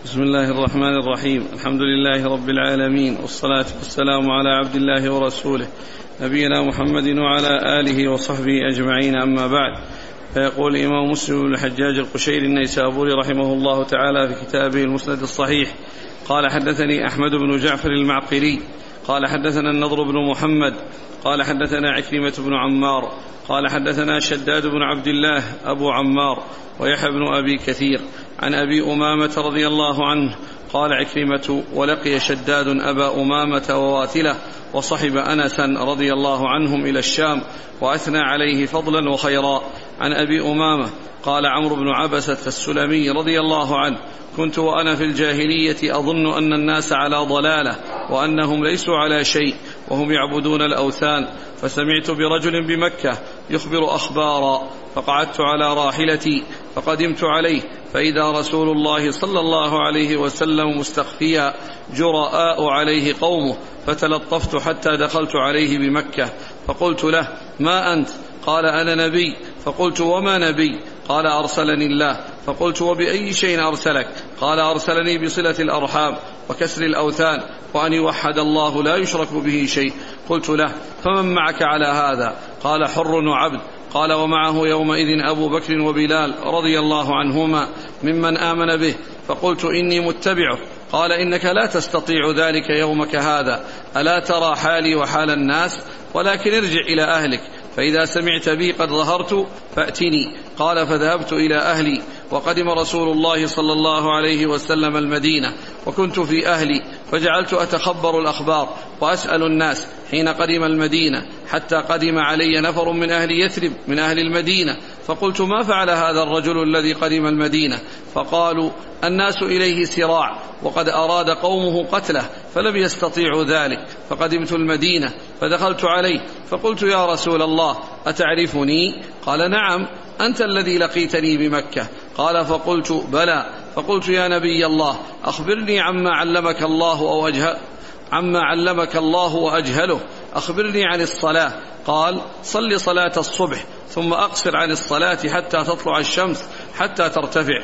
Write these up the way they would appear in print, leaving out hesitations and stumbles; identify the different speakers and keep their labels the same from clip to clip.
Speaker 1: بسم الله الرحمن الرحيم. الحمد لله رب العالمين، والصلاة والسلام على عبد الله ورسوله نبينا محمد وعلى آله وصحبه أجمعين، أما بعد. فيقول الإمام مسلم بن الحجاج القشيري النيسابوري رحمه الله تعالى في كتابه المسند الصحيح: قال حدثني أحمد بن جعفر المعقري قال حدثنا النضر بن محمد قال حدثنا عكرمة بن عمار قال حدثنا شداد بن عبد الله أبو عمار ويحيى بن أبي كثير عن أبي أمامة رضي الله عنه قال عكرمة: ولقي شداد أبا أمامة وواثلة وصحب أنسا رضي الله عنهم إلى الشام، وأثنى عليه فضلا وخيرا. عن أبي أمامة قال عمرو بن عبسة السلمي رضي الله عنه: كنت وأنا في الجاهلية أظن أن الناس على ضلالة وأنهم ليسوا على شيء وهم يعبدون الأوثان، فسمعت برجل بمكة يخبر أخبارا، فقعدت على راحلتي فقدمت عليه، فإذا رسول الله صلى الله عليه وسلم مستخفيا جراء عليه قومه، فتلطفت حتى دخلت عليه بمكة، فقلت له: ما أنت؟ قال: أنا نبي. فقلت: وما نبي؟ قال: أرسلني الله. فقلت: وبأي شيء أرسلك؟ قال: أرسلني بصلة الأرحام وكسر الأوثان وأن يوحد الله لا يشرك به شيء. قلت له: فمن معك على هذا؟ قال: حر وعبد. قال: ومعه يومئذ أبو بكر وبلال رضي الله عنهما ممن آمن به. فقلت: إني متبعه. قال: إنك لا تستطيع ذلك يومك هذا، ألا ترى حالي وحال الناس؟ ولكن ارجع إلى أهلك، فإذا سمعت بي قد ظهرت فأتني. قال: فذهبت إلى أهلي، وقدم رسول الله صلى الله عليه وسلم المدينة، وكنت في أهلي، فجعلت أتخبر الأخبار وأسأل الناس حين قدم المدينة، حتى قدم علي نفر من أهل يثرب من أهل المدينة، فقلت: ما فعل هذا الرجل الذي قدم المدينة؟ فقالوا: الناس إليه سراع، وقد أراد قومه قتله فلم يستطيعوا ذلك. فقدمت المدينة فدخلت عليه، فقلت: يا رسول الله، أتعرفني؟ قال: نعم، أنت الذي لقيتني بمكة. قال: فقلت: بلى. فقلت: يا نبي الله، أخبرني عما علمك الله وأجهله. أخبرني عن الصلاة. قال: صل صلاة الصبح، ثم أقصر عن الصلاة حتى تطلع الشمس حتى ترتفع،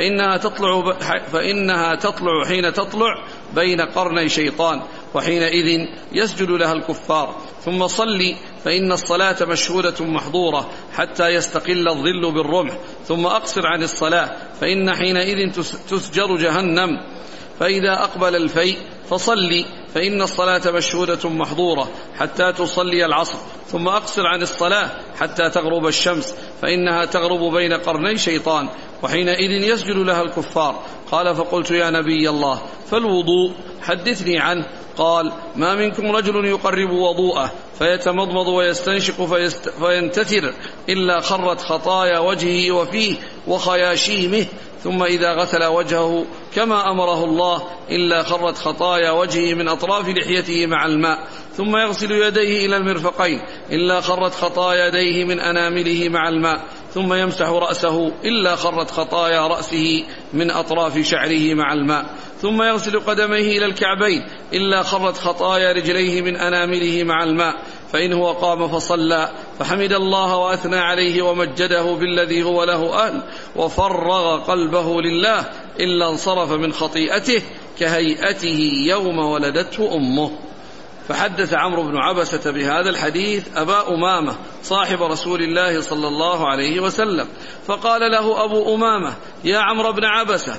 Speaker 1: فإنها تطلع حين تطلع بين قرني شيطان، وحينئذ يسجد لها الكفار. ثم صلي، فإن الصلاة مشهودة محظورة حتى يستقل الظل بالرمح. ثم أقصر عن الصلاة، فإن حينئذ تسجر جهنم. فإذا أقبل الفيء فصلي، فإن الصلاة مشهودة محظورة حتى تصلي العصر. ثم أقصر عن الصلاة حتى تغرب الشمس، فإنها تغرب بين قرني شيطان، وحينئذ يسجد لها الكفار. قال: فقلت: يا نبي الله، فالوضوء حدثني عنه. قال: ما منكم رجل يقرب وضوءه فيتمضمض ويستنشق فينتثر إلا خرت خطايا وجهه وفيه وخياشيمه، ثم إذا غسل وجهه كما أمره الله إلا خرت خطايا وجهه من أطراف لحيته مع الماء، ثم يغسل يديه إلى المرفقين إلا خرت خطايا يديه من أنامله مع الماء، ثم يمسح رأسه إلا خرت خطايا رأسه من أطراف شعره مع الماء، ثم يغسل قدميه إلى الكعبين إلا خرت خطايا رجليه من أنامله مع الماء. فإن هو قام فصلى فحمد الله وأثنى عليه ومجده بالذي هو له أهل وفرغ قلبه لله، إلا انصرف من خطيئته كهيئته يوم ولدته أمه. فحدث عمرو بن عبسة بهذا الحديث أبا أمامة صاحب رسول الله صلى الله عليه وسلم، فقال له أبو أمامة: يا عمرو بن عبسة،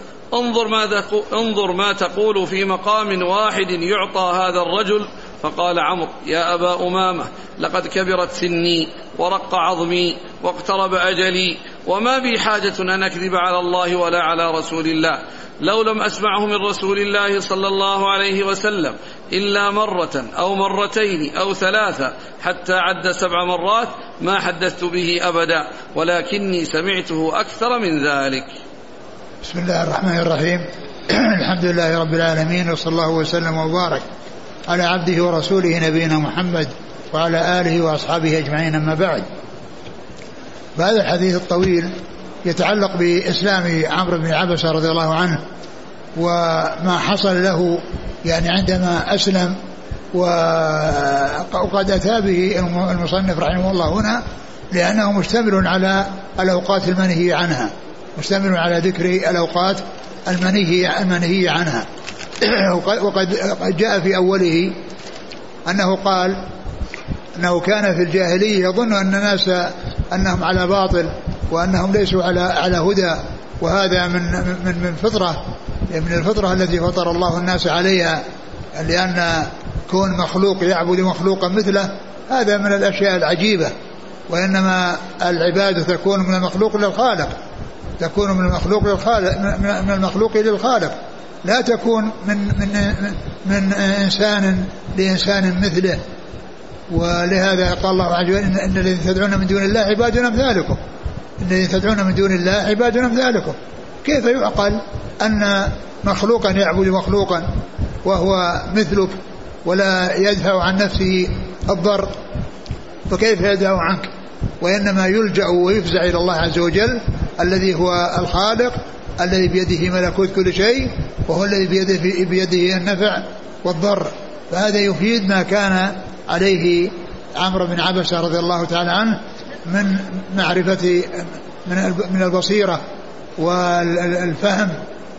Speaker 1: انظر ما تقول في مقام واحد يعطى هذا الرجل. فقال عمرو: يا أبا أمامة، لقد كبرت سني ورق عظمي واقترب أجلي، وما بي حاجة أن أكذب على الله ولا على رسول الله. لو لم أسمعه من رسول الله صلى الله عليه وسلم إلا مرة أو مرتين أو ثلاثة حتى عد 7 مرات ما حدثت به أبدا، ولكني سمعته أكثر من ذلك.
Speaker 2: بسم الله الرحمن الرحيم. الحمد لله رب العالمين، وصلى الله وسلم وبارك على عبده ورسوله نبينا محمد وعلى آله وأصحابه أجمعين، أما بعد. هذا الحديث الطويل يتعلق بإسلام عمرو بن عبسة رضي الله عنه، وما حصل له يعني عندما أسلم، وقد أتى به المصنف رحمه الله هنا لأنه مشتمل على الأوقات المنهي عنها، مشتمل على ذكر الأوقات المنهي عنها. وقد جاء في أوله أنه قال أنه كان في الجاهلية يظن أن الناس أنهم على باطل وأنهم ليسوا على هدى، وهذا من فطرة، من الفطرة التي فطر الله الناس عليها، لأن كون مخلوق يعبد مخلوقا مثله هذا من الأشياء العجيبة، وإنما العبادة تكون من المخلوق للخالق، تكون من المخلوق للخالق، لا تكون من إنسان لإنسان مثله. ولهذا قال الله عز وجل إن الذين تدعون من دون الله عباد أمثالكم، الذين تدعون من دون الله عباد أمثالكم. كيف يعقل أن مخلوقا يعبد مخلوقا وهو مثلك ولا يدفع عن نفسه الضر، فكيف يدفع عنك؟ وإنما يلجأ ويفزع إلى الله عز وجل الذي هو الخالق الذي بيده ملكوت كل شيء، وهو الذي بيده النفع والضر. فهذا يفيد ما كان عليه عمرو بن عبسة رضي الله تعالى عنه من معرفة من البصيرة والفهم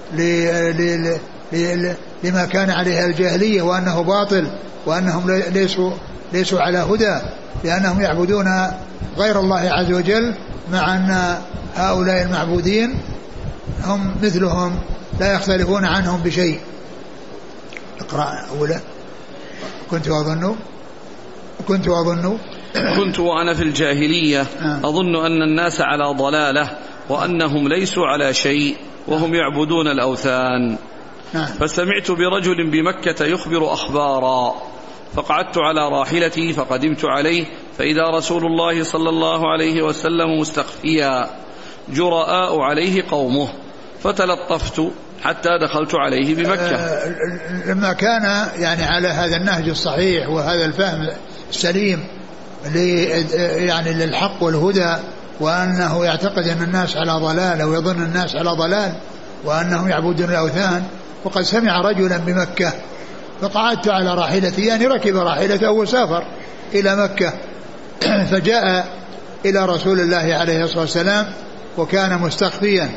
Speaker 2: لما كان عليه الجاهلية، وأنه باطل، وأنهم ليسوا على هدى، لأنهم يعبدون غير الله عز وجل، مع أن هؤلاء المعبودين هم مثلهم لا يختلفون عنهم بشيء. اقرأ أولا.
Speaker 1: كنت وأنا في الجاهلية أظن أن الناس على ضلالة وأنهم ليسوا على شيء وهم يعبدون الأوثان. فسمعت برجل بمكة يخبر أخبارا، فقعدت على راحلتي فقدمت عليه فإذا رسول الله صلى الله عليه وسلم مستخفيا جرآء عليه قومه، فتلطفت حتى دخلت عليه بمكة.
Speaker 2: لما كان يعني على هذا النهج الصحيح وهذا الفهم السليم يعني للحق والهدى، وأنه يعتقد أن الناس على ضلال أو يظن الناس على ضلال وأنهم يعبدون الأوثان، وقد سمع رجلا بمكة فقعدت على راحلتي، يعني ركب راحلته وسافر إلى مكة، فجاء إلى رسول الله عليه الصلاة والسلام وكان مستخفيا،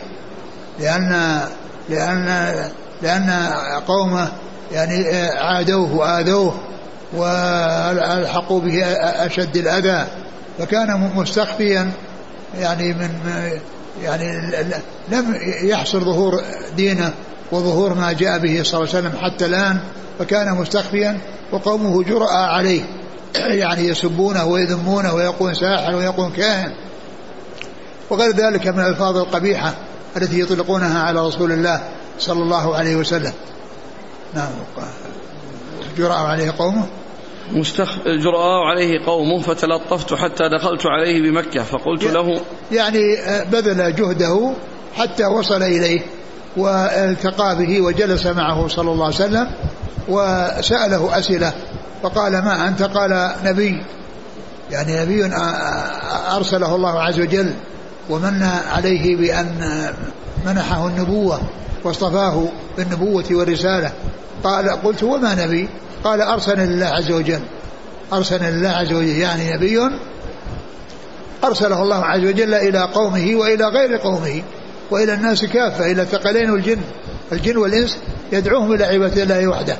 Speaker 2: لأن قومه يعني عادوه وآذوه والحقوا به أشد الأذى، فكان مستخفيا يعني يعني لم يحصل ظهور دينه وظهور ما جاء به صلى الله عليه وسلم حتى الآن، فكان مستخفيا وقومه جرأ عليه، يعني يسبونه ويذمونه ويقول ساحر ويقول كاهن وغير ذلك من الألفاظ القبيحة التي يطلقونها على رسول الله صلى الله عليه وسلم. نعم. جرأ عليه قومه
Speaker 1: جرأ عليه قومه فتلطفت حتى دخلت عليه بمكة فقلت له،
Speaker 2: يعني بذل جهده حتى وصل إليه والتقى به وجلس معه صلى الله عليه وسلم وسأله أسئلة، فقال ما أنت؟ قال نبي، يعني نبي أرسله الله عز وجل ومن عليه بأن منحه النبوة واصطفاه بالنبوة والرسالة. قلت وما نبي؟ قال أرسلني الله عز وجل، أرسلني الله عز وجل، يعني نبي أرسله الله عز وجل إلى قومه وإلى غير قومه وإلى الناس كافة، إلى الثقلين والجن والإنس، يدعوهم إلى عبادة الله وحده.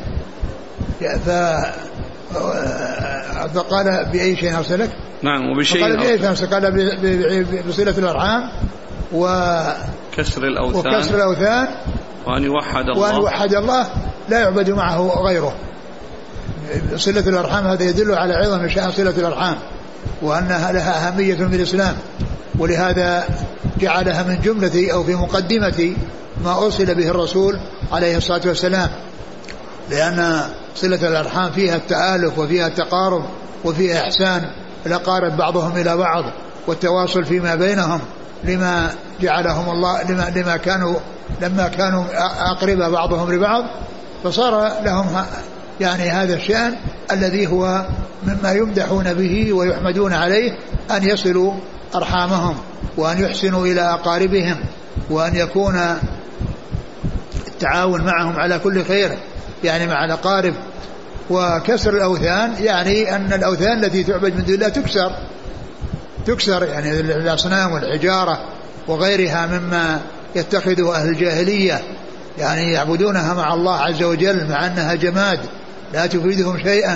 Speaker 2: فقال بأي شيء أرسلك؟
Speaker 1: نعم. وبشيء
Speaker 2: قال بأي شيء؟ قال بصلة الأرحام
Speaker 1: وكسر الأوثان
Speaker 2: وأن يوحد الله لا يعبد معه غيره. صلة الأرحام هذا يدل على عظم شأن صلة الأرحام وأنها لها أهمية في الإسلام، ولهذا جعلها من جملة أو في مقدمة ما أرسل به الرسول عليه الصلاة والسلام، لأن صلة الأرحام فيها التآلف وفيها التقارب وفيها إحسان الأقارب بعضهم إلى بعض والتواصل فيما بينهم، لما جعلهم الله لما كانوا أقرب بعضهم لبعض، فصار لهم يعني هذا الشأن الذي هو مما يمدحون به ويحمدون عليه، أن يصلوا أرحامهم وأن يحسنوا إلى أقاربهم وأن يكون التعاون معهم على كل خير، يعني مع الأقارب. وكسر الأوثان يعني أن الأوثان التي تعبد من دون الله تكسر، يعني الأصنام والحجارة وغيرها مما يتخذه أهل الجاهلية، يعني يعبدونها مع الله عز وجل مع أنها جماد لا تفيدهم شيئا،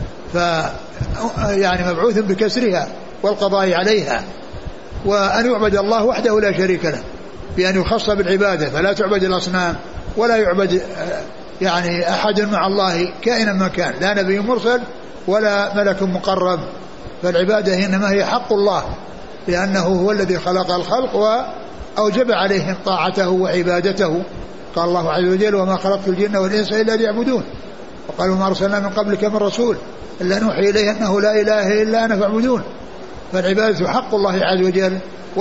Speaker 2: يعني مبعوث بكسرها والقضاء عليها، وأن يعبد الله وحده لا شريك له بأن يخص بالعبادة، فلا تعبد الأصنام ولا يعبد يعني أحد مع الله كائنا ما كان، لا نبي مرسل ولا ملك مقرب، فالعبادة إنما هي حق الله لأنه هو الذي خلق الخلق وأوجب عليهم طاعته وعبادته. قال الله عز وجل: وما خلقت الجن والإنس إلا ليعبدون، وقالوا: ما أرسلنا من قبلك من رسول إلا نوحي إليه أنه لا إله إلا أنا فاعبدون. فالعبادة حق الله عز وجل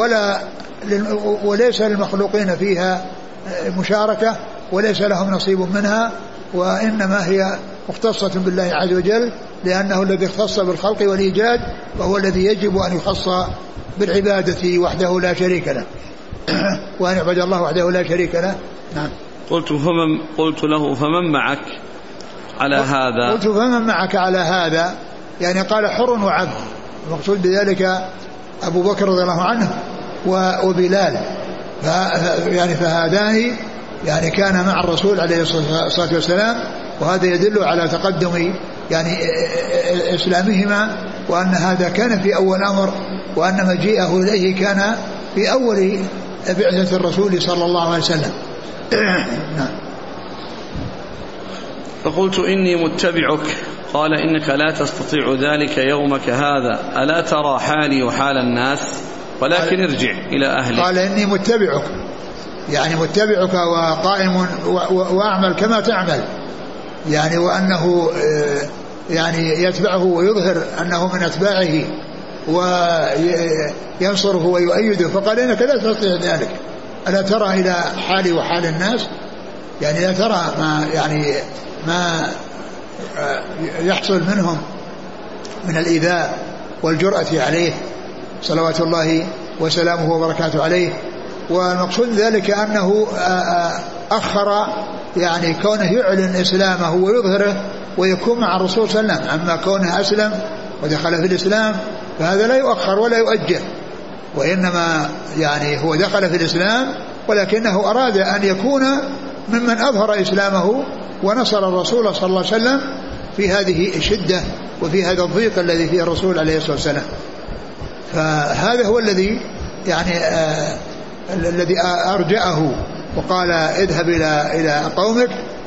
Speaker 2: وليس للمخلوقين فيها مشاركة وليس لهم نصيب منها، وإنما هي مختصة بالله عز وجل لأنه الذي اختص بالخلق والإيجاد، وهو الذي يجب أن يخص بالعبادة وحده لا شريك له وأن يعبد الله وحده لا شريك له. نعم.
Speaker 1: قلت له: فمن معك على هذا؟
Speaker 2: قلت: فمن معك على هذا؟ يعني قال: حر وعبد، المقصود بذلك أبو بكر رضي الله عنه وبلال، يعني فهذان يعني كان مع الرسول عليه الصلاة والسلام، وهذا يدل على تقدم يعني إسلامهما، وأن هذا كان في أول أمر، وأن مجيئه إليه كان في أول بعثة الرسول صلى الله عليه وسلم. نعم.
Speaker 1: فقلت: إني متبعك. قال: إنك لا تستطيع ذلك يومك هذا، ألا ترى حالي وحال الناس؟ ولكن ارجع إلى أهلك.
Speaker 2: قال: إني متبعك، يعني متبعك وقائم وأعمل كما تعمل، يعني وأنه يعني يتبعه ويظهر أنه من أتباعه وينصره ويؤيده. فقال: إنك لا تستطيع ذلك، ألا ترى إلى حالي وحال الناس؟ يعني لا ترى ما يحصل منهم من الإيذاء والجرأة عليه صلوات الله وسلامه وبركاته عليه. والمقصود ذلك أنه أخر يعني كونه يعلن إسلامه ويظهره ويكون مع الرسول صلى الله عليه وسلم، أما كونه أسلم ودخل في الإسلام فهذا لا يؤخر ولا يؤجل، وإنما يعني هو دخل في الإسلام ولكنه أراد أن يكون ممن أظهر إسلامه ونصر الرسول صلى الله عليه وسلم في هذه الشدة وفي هذا الضيق الذي فيه الرسول عليه الصلاة والسلام. فهذا هو الذي يعني الذي أرجأه وقال: اذهب إلى قومك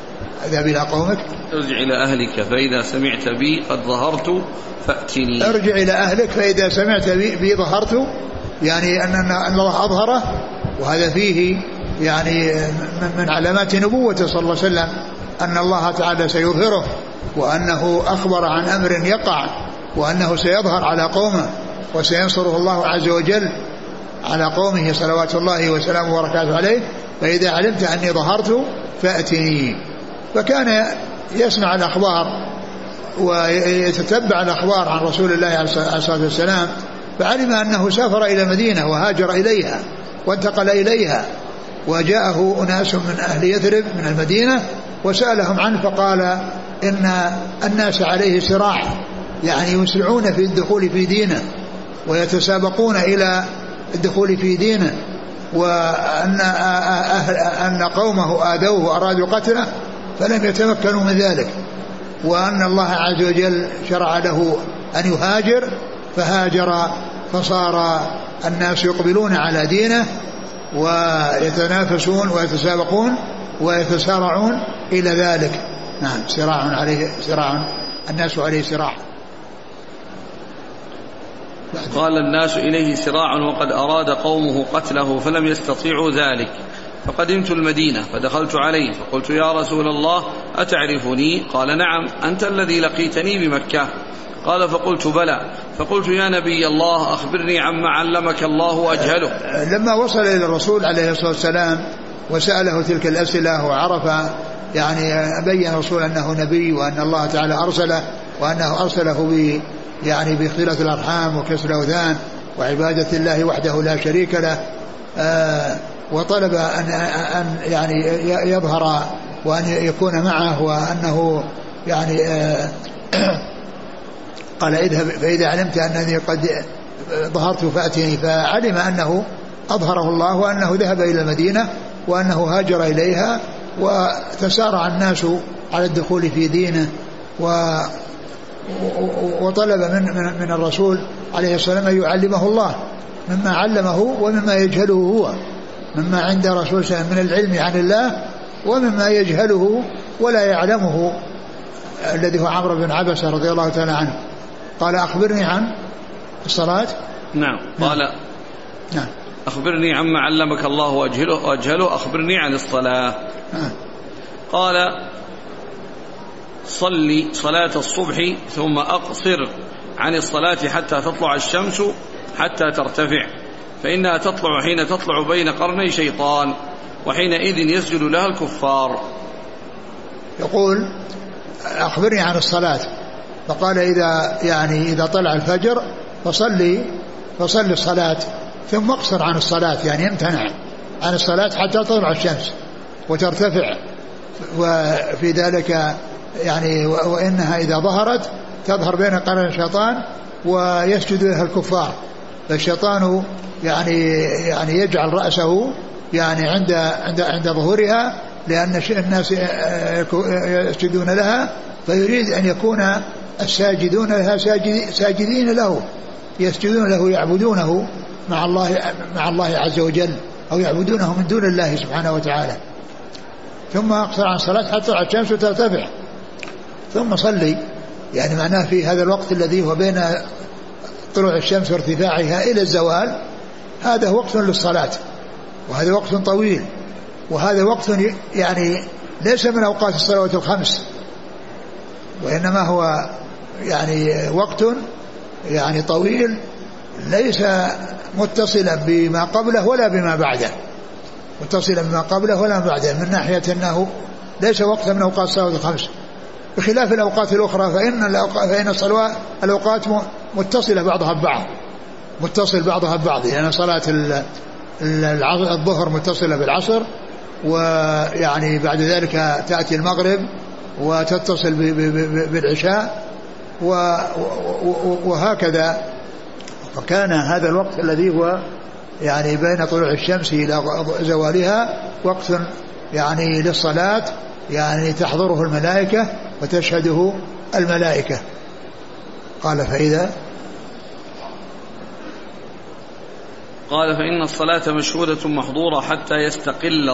Speaker 1: ارجع إلى أهلك فإذا سمعت بي قد ظهرت فأتني.
Speaker 2: ارجع إلى أهلك فإذا سمعت بي ظهرت، يعني أن الله أظهره، وهذا فيه يعني من علامات نبوته صلى الله عليه وسلم أن الله تعالى سيظهره، وأنه أخبر عن أمر يقع، وأنه سيظهر على قومه وسينصره الله عز وجل على قومه صلوات الله وسلامه وبركاته عليه. فإذا علمت أني ظهرت فأتني. فكان يسمع الأخبار ويتتبع الأخبار عن رسول الله عليه الصلاة والسلام، فعلم أنه سافر إلى مدينة وهاجر إليها وانتقل إليها، وجاءه أناس من أهل يثرب من المدينة وسألهم عنه، فقال: إن الناس عليه سراع، يعني يسرعون في الدخول في دينه ويتسابقون إلى الدخول في دينه، وأن قومه آذوه وأرادوا قتله فلم يتمكنوا من ذلك، وأن الله عز وجل شرع له أن يهاجر، فهاجر، فصار الناس يقبلون على دينه ويتنافسون ويتسابقون ويتسارعون إلى ذلك. نعم. صراع الناس عليه صراع.
Speaker 1: قال: الناس إليه صراع وقد أراد قومه قتله فلم يستطيعوا ذلك، فقدمت المدينة فدخلت عليه فقلت: يا رسول الله أتعرفني؟ قال: نعم، أنت الذي لقيتني بمكة. قال: فقلت: بلى. فقلت: يا نبي الله أخبرني عما علمك الله أجهله.
Speaker 2: لما وصل إلى الرسول عليه الصلاة والسلام وسأله تلك الأسئلة وعرف يعني بين الرسول أنه نبي وأن الله تعالى أرسله، وأنه أرسله يعني بصلة الأرحام وكسر الأوثان وعبادة الله وحده لا شريك له، وطلب أن يعني يظهر وأن يكون معه، وأنه يعني قال: اذهب فإذا علمت أنني قد ظهرت فأتني. فعلم أنه أظهره الله وأنه ذهب إلى المدينة وأنه هاجر إليها وتسارع الناس على الدخول في دينه وطلب من الرسول عليه الصلاة والسلام أن يعلمه الله مما علمه ومما يجهله هو، مما عند رسول الله من العلم عن الله ومما يجهله ولا يعلمه، الذي هو عمرو بن عبسة رضي الله تعالى عنه. قال أخبرني عن الصلاة.
Speaker 1: نعم. قال
Speaker 2: نعم.
Speaker 1: أخبرني عما علمك الله وأجهله أخبرني عن الصلاة. قال صلي صلاة الصبح ثم أقصر عن الصلاة حتى تطلع الشمس حتى ترتفع، فإنها تطلع حين تطلع بين قرني شيطان، وحينئذ يسجد لها الكفار.
Speaker 2: يقول أخبرني عن الصلاة، فقال إذا طلع الفجر فصلي الصلاة ثم اقصر عن الصلاة، يعني امتنع عن الصلاة حتى تطلع الشمس وترتفع، وفي ذلك يعني وإنها إذا ظهرت تظهر بين قرن الشيطان ويسجد لها الكفار، فالشيطان يعني يجعل رأسه يعني عند ظهورها، لأن الناس يسجدون لها، فيريد أن يكون الساجدون لها ساجدين له، يسجدون له يعبدونه مع الله عز وجل، أو يعبدونه من دون الله سبحانه وتعالى. ثم أقصر عن الصلاة حتى تطلع الشمس وترتفع ثم صلي، يعني معناه في هذا الوقت الذي هو بين طلوع الشمس وارتفاعها إلى الزوال، هذا وقت للصلاة، وهذا وقت طويل، وهذا وقت يعني ليس من أوقات الصلوات الخمس، وإنما هو يعني وقت يعني طويل ليس متصلا بما قبله ولا بما بعده، من ناحية أنه ليس وقتا من أوقات الصلوات الخمس، بخلاف الأوقات الأخرى فإن الأوقات متصلة بعضها ببعض، يعني صلاة الظهر متصلة بالعصر، ويعني بعد ذلك تأتي المغرب وتتصل بالعشاء وهكذا. فكان هذا الوقت الذي هو يعني بين طلوع الشمس إلى زوالها وقت يعني للصلاة، يعني تحضره الملائكة وتشهده الملائكة. قال
Speaker 1: فإن الصلاة مشهودة محظورة حتى يستقل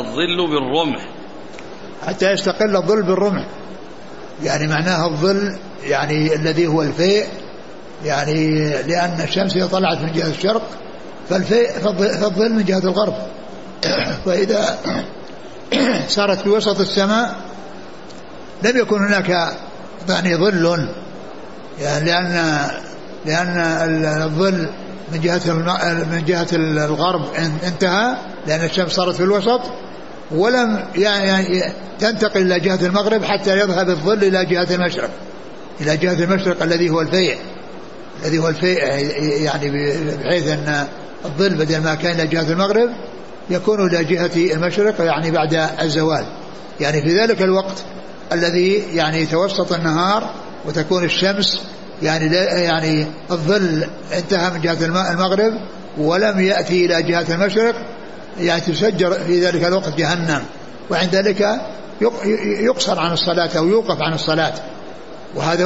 Speaker 1: الظل بالرمح، يعني معناها الظل يعني الذي هو الفيء، يعني لأن الشمس إذا طلعت من جهة الشرق فالظل من جهة الغرب، فإذا صارت في وسط السماء لم يكن هناك يعني ظل، يعني لأن الظل من جهة الغرب انتهى، لأن الشمس صارت في الوسط، ولم يعني تنتقل إلى جهة المغرب حتى يذهب الظل إلى جهة المشرق الذي هو الفيء، يعني بحيث أن الظل بدل ما كان إلى جهة المغرب يكون إلى جهة المشرق يعني بعد الزوال، يعني في ذلك الوقت الذي يعني توسط النهار وتكون الشمس يعني الظل انتهى من جهة المغرب ولم يأتي إلى جهة المشرق، يعني تسجر في ذلك الوقت جهنم، وعند ذلك يقصر عن الصلاة أو يوقف عن الصلاة، وهذا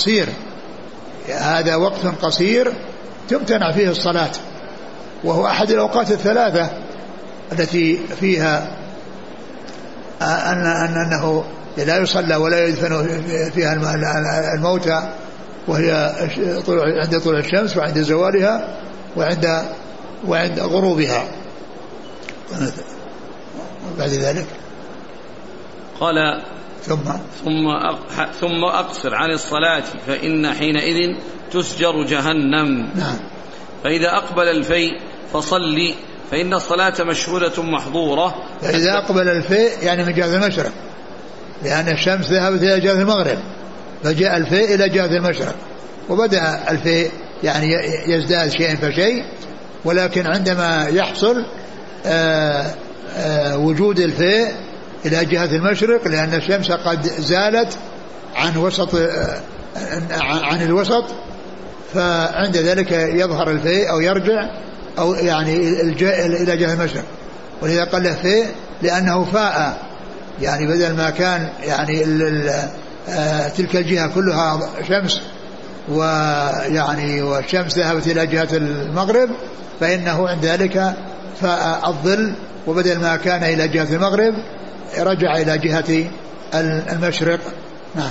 Speaker 1: وقت قصير تمتنع فيه الصلاة، وهو أحد الأوقات الثلاثة التي فيها أنه لا يصلى ولا يدفن فيها الموتى، وهي عند طلوع الشمس وعند زوالها وعند غروبها. بعد ذلك قال ثم أقصر عن الصلاة فإن حينئذ تسجر جهنم.
Speaker 2: نعم.
Speaker 1: فإذا أقبل الفيء فصلي فإن الصلاة مشهودة محظورة.
Speaker 2: فإذا أقبل الفيء يعني من جهة المشرق، لأن الشمس ذهبت إلى جهة المغرب فجاء الفيء إلى جهة المشرق، وبدأ الفيء يعني يزداد شيئا فشيء، ولكن عندما يحصل وجود الفيء إلى جهة المشرق، لأن الشمس قد زالت عن الوسط، فعند ذلك يظهر الفيء أو يرجع أو يعني إلى جهة المشرق. ولذا قال له في لأنه فاء يعني بدل ما كان يعني تلك الجهة كلها شمس ويعني والشمس ذهبت إلى جهة المغرب فإنه عند ذلك فاء الظل وبدل ما كان إلى جهة المغرب رجع إلى جهة المشرق. نعم.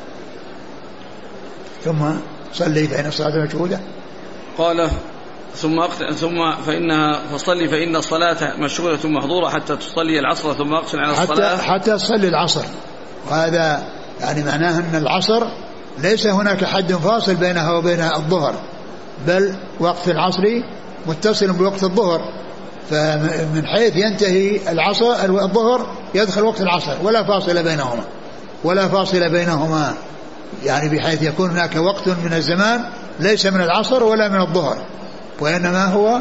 Speaker 2: ثم صلي فإن الصلاة مشهودة.
Speaker 1: قال ثم فصلي فإن الصلاة مشغولة محظورة حتى تصلي العصر ثم أقصر على الصلاة
Speaker 2: حتى تصلي العصر. وهذا يعني معناه أن العصر ليس هناك حد فاصل بينها وبين الظهر بل وقت العصر متصل بوقت الظهر فمن حيث ينتهي الظهر يدخل وقت العصر ولا فاصل بينهما يعني بحيث يكون هناك وقت من الزمان ليس من العصر ولا من الظهر وإنما هو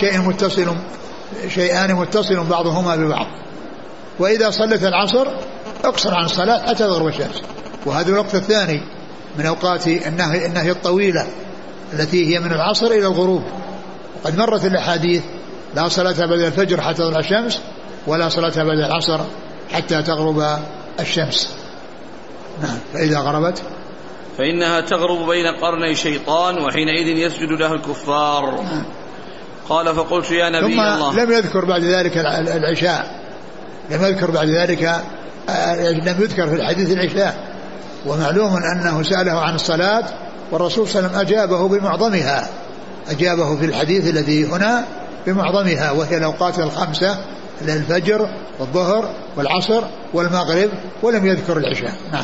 Speaker 2: شيئان متصل بعضهما ببعض. وإذا صلت العصر اقصر عن الصلاة حتى تغرب الشمس وهذا الوقت الثاني من أوقات النهي الطويلة التي هي من العصر إلى الغروب. وقد مرت الأحاديث لا صلاة بعد الفجر حتى تطلع الشمس ولا صلاة بعد العصر حتى تغرب الشمس. نعم. فإذا غربت
Speaker 1: فإنها تغرب بين قرني شيطان وحينئذ يسجد له الكفار. قال فقلت يا نبي الله.
Speaker 2: ثم لم يذكر بعد ذلك العشاء لم يذكر في الحديث العشاء. ومعلوم أنه سأله عن الصلاة والرسول صلى الله عليه وسلم أجابه بمعظمها أجابه في الحديث الذي هنا بمعظمها وهي الأوقات الخمسة الفجر والظهر والعصر والمغرب ولم يذكر العشاء. نعم.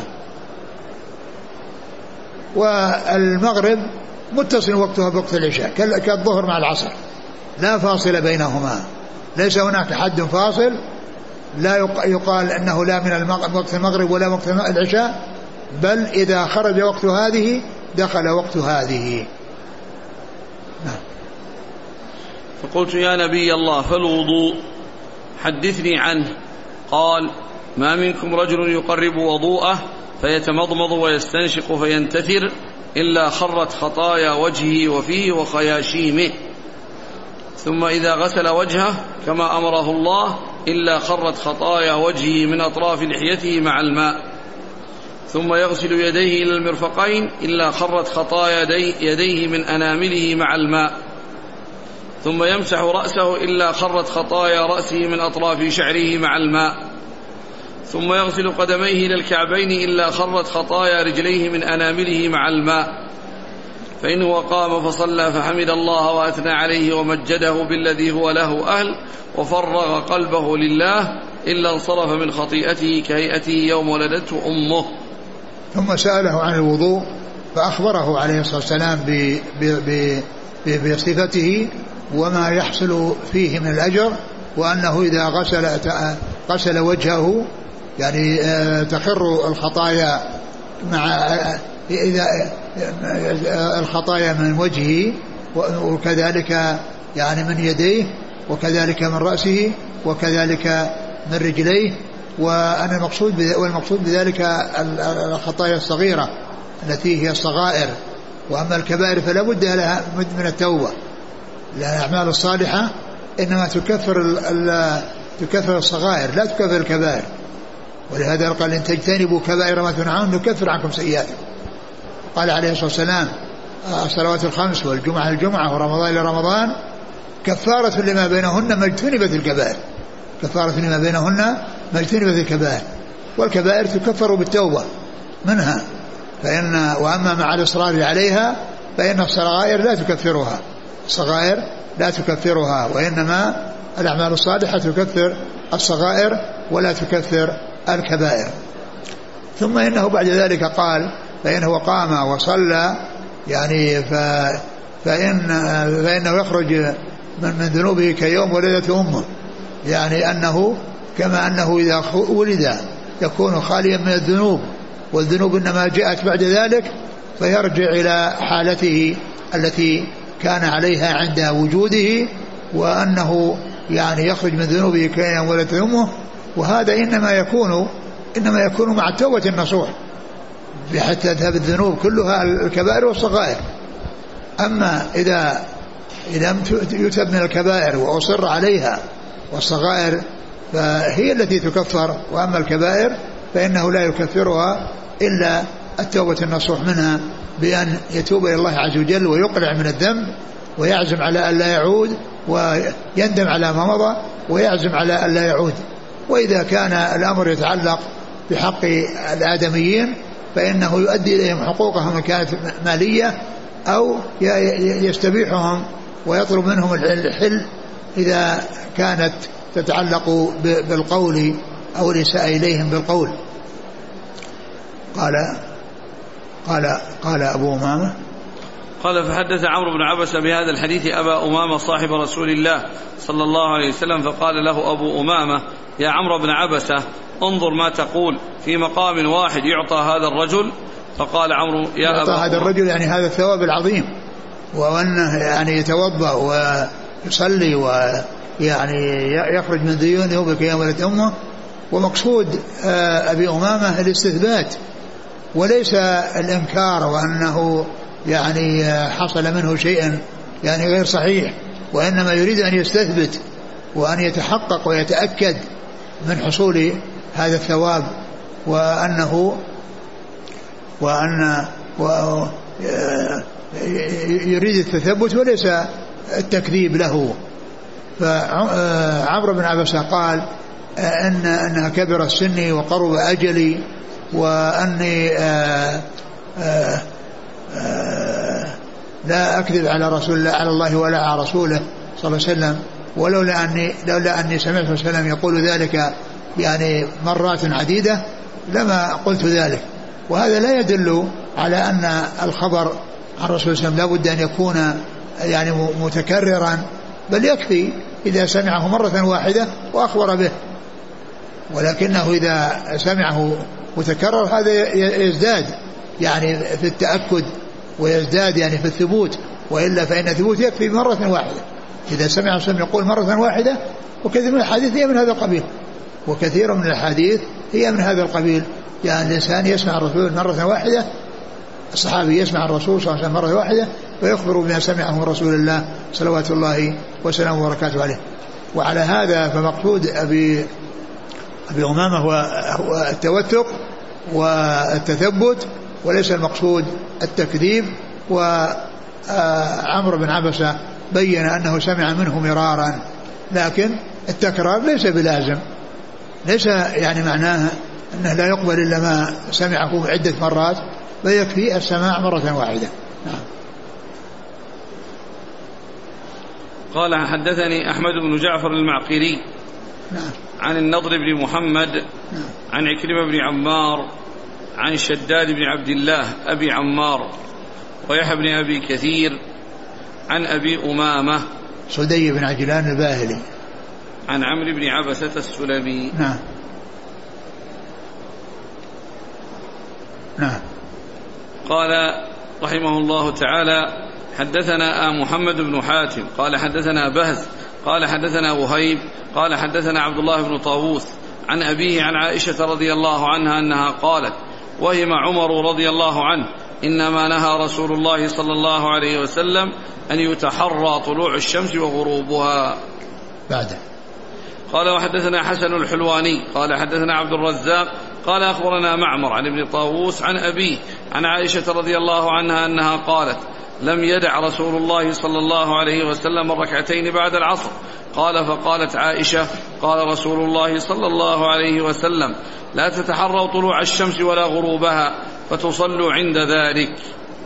Speaker 2: والمغرب متصل وقتها بوقت العشاء كالظهر مع العصر لا فاصل بينهما ليس هناك حد فاصل لا يقال أنه لا من وقت المغرب ولا وقت العشاء بل إذا خرج وقت هذه دخل وقت هذه. نعم.
Speaker 1: فقلت يا نبي الله فالوضوء حدثني عنه. قال ما منكم رجل يقرب وضوءه فيتمضمض ويستنشق فينتثر إلا خرت خطايا وجهه وفيه وخياشيمه ثم إذا غسل وجهه كما أمره الله إلا خرت خطايا وجهه من أطراف لحيته مع الماء ثم يغسل يديه إلى المرفقين إلا خرت خطايا يديه من أنامله مع الماء ثم يمسح رأسه إلا خرت خطايا رأسه من أطراف شعره مع الماء ثم يغسل قدميه إلى الكعبين إلا خرت خطايا رجليه من أنامله مع الماء فإنه قام فصلى فحمد الله وأثنى عليه ومجده بالذي هو له أهل وفرغ قلبه لله إلا انصرف من خطيئته كهيئته يوم ولدته أمه.
Speaker 2: ثم سأله عن الوضوء فأخبره عليه الصلاة والسلام بصفته وما يحصل فيه من الأجر وأنه إذا غسل وجهه يعني تخر الخطايا مع إذا الخطايا من وجهه وكذلك يعني من يديه وكذلك من رأسه وكذلك من رجليه والمقصود بذلك الخطايا الصغيرة التي هي الصغائر. وأما الكبائر فلا بد لها من التوبة لأن الأعمال الصالحة إنما تكفر الصغائر لا تكفر الكبائر. ولهذا قال إن تجتنبوا كبائر ما تنهون نكفر عنكم سيئاتكم. قال عليه الصلاة والسلام الصلوات الخمس والجمعة الجمعة ورمضان إلى رمضان كفارة لما بينهن ما اجتنبت الكبائر كفارة لما بينهن ما اجتنبت الكبائر. والكبائر تكفر بالتوبة منها وأما مع الإصرار عليها فإن الصغائر لا تكفرها وإنما الأعمال الصالحة تكفر الصغائر ولا تكفر الكبائر. ثم إنه بعد ذلك قال فإنه قام وصلى يعني فإنه يخرج من ذنوبه كيوم ولدته أمه يعني أنه كما أنه إذا ولد يكون خاليا من الذنوب والذنوب إنما جاءت بعد ذلك فيرجع إلى حالته التي كان عليها عند وجوده وأنه يعني يخرج من ذنوبه كيوم ولدته أمه. وهذا إنما يكون مع التوبة النصوح بحتى تذهب الذنوب كلها الكبائر والصغائر. أما إذا لم يتب من الكبائر وأصر عليها، والصغائر فهي التي تكفر، وأما الكبائر فإنه لا يكفرها إلا التوبة النصوح منها، بأن يتوب إلى الله عز وجل ويقلع من الذنب ويعزم على أن لا يعود، ويندم على ما مضى ويعزم على أن لا يعود. وإذا كان الأمر يتعلق بحق الآدميين فإنه يؤدي إليهم حقوقهم إن كانت مالية، أو يستبيحهم ويطلب منهم الحل إذا كانت تتعلق بالقول أو الإساءة إليهم بالقول. قال أبو أمامة
Speaker 1: قال فحدث عمرو بن عبسة بهذا الحديث أبا أمامة صاحب رسول الله صلى الله عليه وسلم، فقال له أبو أمامة يا عمرو بن عبسة انظر ما تقول في مقام واحد يعطى هذا الرجل. فقال عمرو يا أبا
Speaker 2: هذا الرجل يعني هذا الثواب العظيم، وأنه يعني يتوضأ ويصلي ويعني يخرج من ديونه وبكي ولد أمه. ومقصود أبي أمامة الاستثبات وليس الإنكار، وأنه يعني حصل منه شيء يعني غير صحيح، وإنما يريد أن يستثبت وأن يتحقق ويتأكد من حصول هذا الثواب، وأن يريد التثبت وليس التكذيب له. فعمرو بن عبسة قال أنها كبر السن وقرب أجلي، وأني لا أكذب على رسول الله على الله ولا على رسوله صلى الله عليه وسلم، لولا أني سمعت صلى الله عليه وسلم يقول ذلك يعني مرات عديدة لما قلت ذلك. وهذا لا يدل على أن الخبر عن رسول الله صلى الله عليه وسلم لا بد أن يكون يعني متكررا، بل يكفي إذا سمعه مرة واحدة وأخبر به، ولكنه إذا سمعه متكرر هذا يزداد يعني في التأكد ويزداد يعني في الثبوت، وإلا فإن الثبوت يكفي مرة واحدة. إذا سمع الرسول يقول مرة واحدة، وكثير من الحديث هي من هذا القبيل، وكثير من الحديث هي من هذا القبيل، يعني الإنسان يسمع الرسول مرة واحدة، الصحابي يسمع الرسول صلى الله عليه وسلم مرة واحدة ويخبر بما سمعه من رسول الله صلوات الله وسلامه وبركاته عليه. وعلى هذا فمقصود أبي أمامة هو التوثق والتثبت، وليس المقصود التكذيب. وعمرو بن عبسة بين أنه سمع منه مرارا، لكن التكرار ليس بلازم، ليس يعني معناه أنه لا يقبل إلا ما سمعه عدة مرات، فيكفي السماع مرة واحدة.
Speaker 1: قال حدثني أحمد بن جعفر المعقري عن النضر بن محمد عن عكرمة بن عمار عن شداد بن عبد الله أبي عمار ويحيى بن أبي كثير عن أبي أمامة
Speaker 2: صدي بن عجلان الباهلي
Speaker 1: عن عمرو بن عبسة السلمي.
Speaker 2: نعم.
Speaker 1: قال رحمه الله تعالى حدثنا محمد بن حاتم قال حدثنا بهز قال حدثنا وهيب قال حدثنا عبد الله بن طاووس عن أبيه عن عائشة رضي الله عنها أنها قالت وهم عمر رضي الله عنه إنما نهى رسول الله صلى الله عليه وسلم أن يتحرى طلوع الشمس وغروبها.
Speaker 2: بعده
Speaker 1: قال وحدثنا حسن الحلواني قال حدثنا عبد الرزاق قال أخبرنا معمر عن ابن طاووس عن أبيه عن عائشة رضي الله عنها أنها قالت لم يدع رسول الله صلى الله عليه وسلم الركعتين بعد العصر. قال فقالت عائشة قال رسول الله صلى الله عليه وسلم لا تتحروا طلوع الشمس ولا غروبها فتصلوا عند ذلك.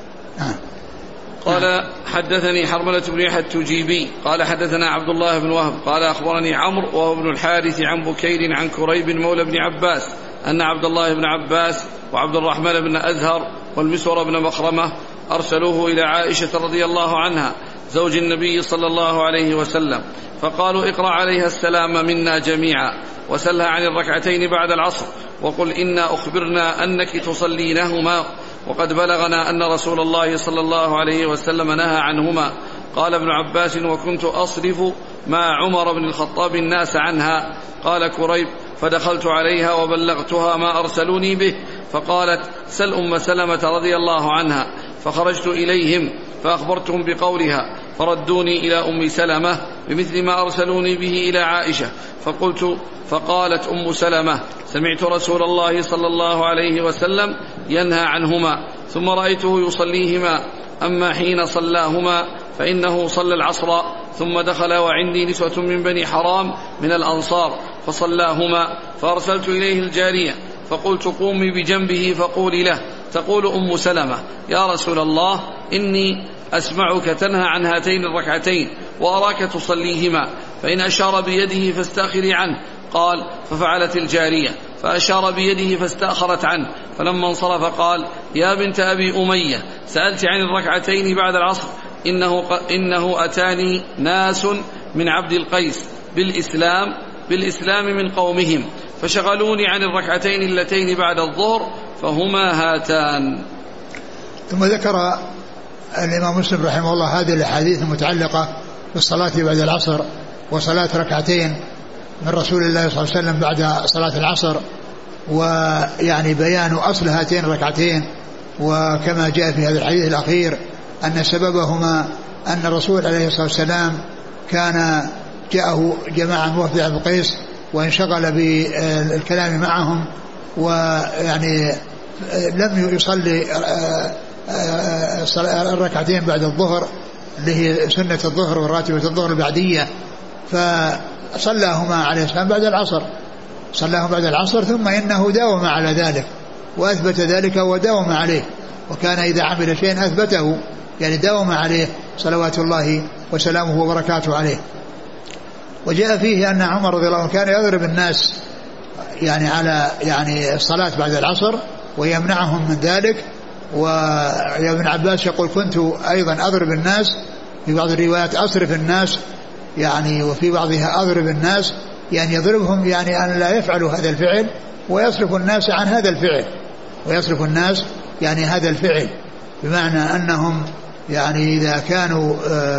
Speaker 1: قال حدثني حرملة بن يحيى التجيبي قال حدثنا عبد الله بن وهب قال أخبرني عمرو وهو ابن الحارث عن بكير عن كريب مولى بن عباس أن عبد الله بن عباس وعبد الرحمن بن أزهر والمسور بن مخرمة أرسلوه إلى عائشة رضي الله عنها زوج النبي صلى الله عليه وسلم فقالوا اقرأ عليها السلام منا جميعا وسلها عن الركعتين بعد العصر وقل إنا أخبرنا أنك تصلينهما وقد بلغنا أن رسول الله صلى الله عليه وسلم نهى عنهما. قال ابن عباس وكنت أصرف مع عمر بن الخطاب الناس عنها. قال كريب فدخلت عليها وبلغتها ما أرسلوني به فقالت سل أم سلمة رضي الله عنها فخرجت إليهم فأخبرتهم بقولها فردوني إلى أم سلمة بمثل ما أرسلوني به إلى عائشة. فقالت أم سلمة: سمعت رسول الله صلى الله عليه وسلم ينهى عنهما، ثم رأيته يصليهما، أما حين صلاهما فإنه صلى العصر ثم دخل وعندي نسوة من بني حرام من الأنصار فصلاهما، فأرسلت إليه الجارية فقلت: قومي بجنبه فقولي له تقول أم سلمة: يا رسول الله، إني أسمعك تنهى عن هاتين الركعتين وأراك تصليهما، فإن أشار بيده فاستأخري عنه. قال: ففعلت الجارية فأشار بيده فاستأخرت عنه، فلما انصرف قال: يا بنت أبي أمية، سألت عن الركعتين بعد العصر، إنه أتاني ناس من عبد القيس بالإسلام من قومهم، فشغلوني عن الركعتين اللتين بعد الظهر، فهما هاتان.
Speaker 2: ثم ذكر الإمام مسلم رحمه الله هذه الأحاديث المتعلقة بالصلاة بعد العصر وصلاة ركعتين من رسول الله صلى الله عليه وسلم بعد صلاة العصر، ويعني بيان أصل هاتين الركعتين. وكما جاء في هذا الحديث الأخير أن سببهما أن الرسول عليه الصلاة والسلام كان جاءه جماعة من وفد عبد القيس وانشغل بالكلام معهم، ويعني لم يصلي الركعتين بعد الظهر اللي هي سنة الظهر وراتبة الظهر البعدية، فصلاهما عليه السلام بعد العصر، صلاهم بعد العصر، ثم إنه داوم على ذلك وأثبت ذلك وداوم عليه، وكان إذا عمل شيئا أثبته، يعني داوم عليه صلوات الله وسلامه وبركاته عليه. وجاء فيه أن عمر رضي الله عنه كان يضرب الناس يعني على يعني الصلاة بعد العصر ويمنعهم من ذلك. وابن عباس يقول: كنت أيضا أضرب الناس، في بعض الروايات أصرف الناس، يعني وفي بعضها أضرب الناس، يعني يضربهم يعني أن لا يفعلوا هذا الفعل، ويصرف الناس عن هذا الفعل، ويصرف الناس يعني هذا الفعل، بمعنى أنهم يعني إذا كانوا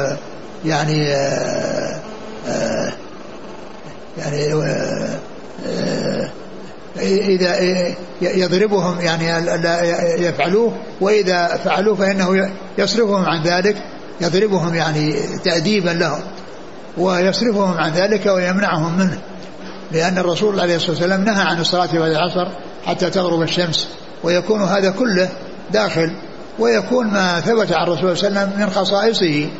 Speaker 2: إذا يضربهم يعني لا يفعلوه، وإذا فعلوه فإنه يصرفهم عن ذلك، يضربهم يعني تأديبا لهم، ويصرفهم عن ذلك ويمنعهم منه، لأن الرسول عليه الصلاة والسلام نهى عن الصلاة بعد العصر حتى تغرب الشمس، ويكون هذا كله داخل، ويكون ما ثبت عن الرسول صلى الله عليه وسلم من خصائصه،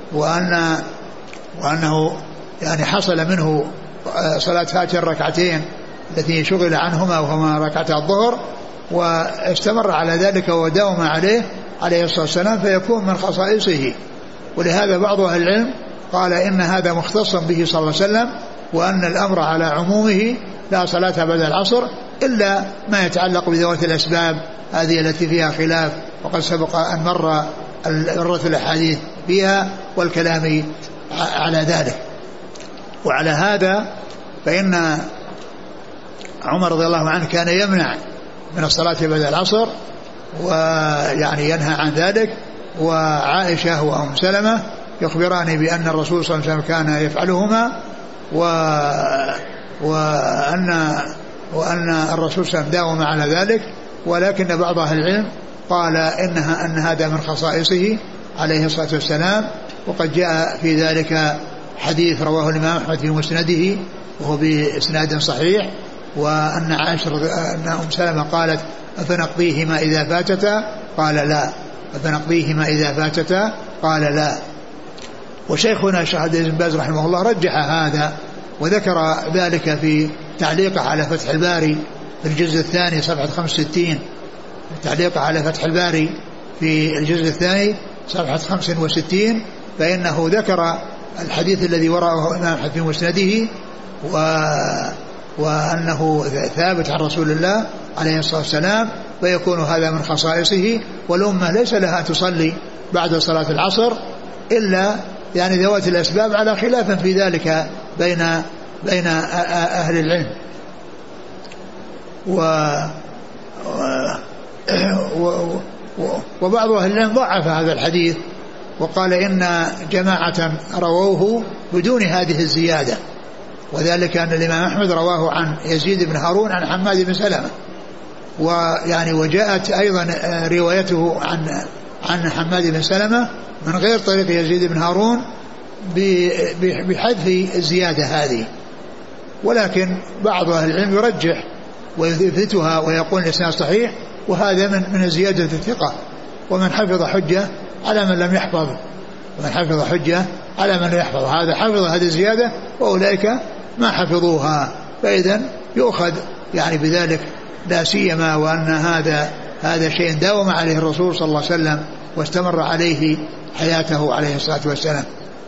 Speaker 2: وأنه يعني حصل منه صلاة فاتح الركعتين التي شغل عنهما وهما ركعتا الظهر، واستمر على ذلك وداوم عليه الصلاة والسلام، فيكون من خصائصه. ولهذا بعض أهل العلم قال إن هذا مختص به صلى الله عليه وسلم، وأن الأمر على عمومه لا صلاة بعد العصر إلا ما يتعلق بذوات الأسباب هذه التي فيها خلاف، وقد سبق أن مرت الأحاديث فيها والكلام على ذلك. وعلى هذا فإن عمر رضي الله عنه كان يمنع من الصلاة بعد العصر، ويعني ينهى عن ذلك. وعائشة وأم سلمة يخبراني بأن الرسول صلى الله عليه وسلم كان يفعلهما، وأن الرسول صلى الله عليه وسلم داوم على ذلك. ولكن بعض أهل العلم قال أن هذا من خصائصه عليه الصلاة والسلام. وقد جاء في ذلك حديث رواه الإمام أحمد في مسنده وهو بإسناد صحيح، وأن عائشة أن أم سلمة قالت: أفنقضيهما إذا فاتتا؟ قال لا. أفنقضيهما إذا فاتتا؟ قال لا. وشيخنا الشيخ عبد العزيز بن باز رحمه الله رجح هذا، وذكر ذلك في تعليقه على فتح الباري في الجزء الثاني صفحة 65، تعليقه على فتح الباري في الجزء الثاني صفحة 65، فإنه ذكر الحديث الذي وراءه الإمام أحمد في مسنده، وأنه ثابت عن رسول الله عليه الصلاة والسلام، ويكون هذا من خصائصه. والأمة ليس لها تصلي بعد صلاة العصر إلا يعني ذوات الأسباب، على خلاف في ذلك بين أهل العلم. وبعض أهل العلم ضعف هذا الحديث وقال إن جماعة رووه بدون هذه الزيادة، وذلك أن الإمام أحمد رواه عن يزيد بن هارون عن حماد بن سلمة، ويعني وجاءت أيضا روايته عن حماد بن سلمة من غير طريق يزيد بن هارون بحذف الزيادة هذه. ولكن بعض أهل العلم يرجح ويثبتها ويقول الإسناد صحيح، وهذا من زيادة الثقة. ومن حفظ حجة على من لم يحفظ، ومن حفظ حجة على من لم يحفظ. هذا حفظ هذه الزيادة وأولئك ما حفظوها، فإذا يؤخذ يعني بذلك، لا سيما وأن هذا شيء داوم عليه الرسول صلى الله عليه وسلم واستمر عليه حياته عليه الصلاة والسلام.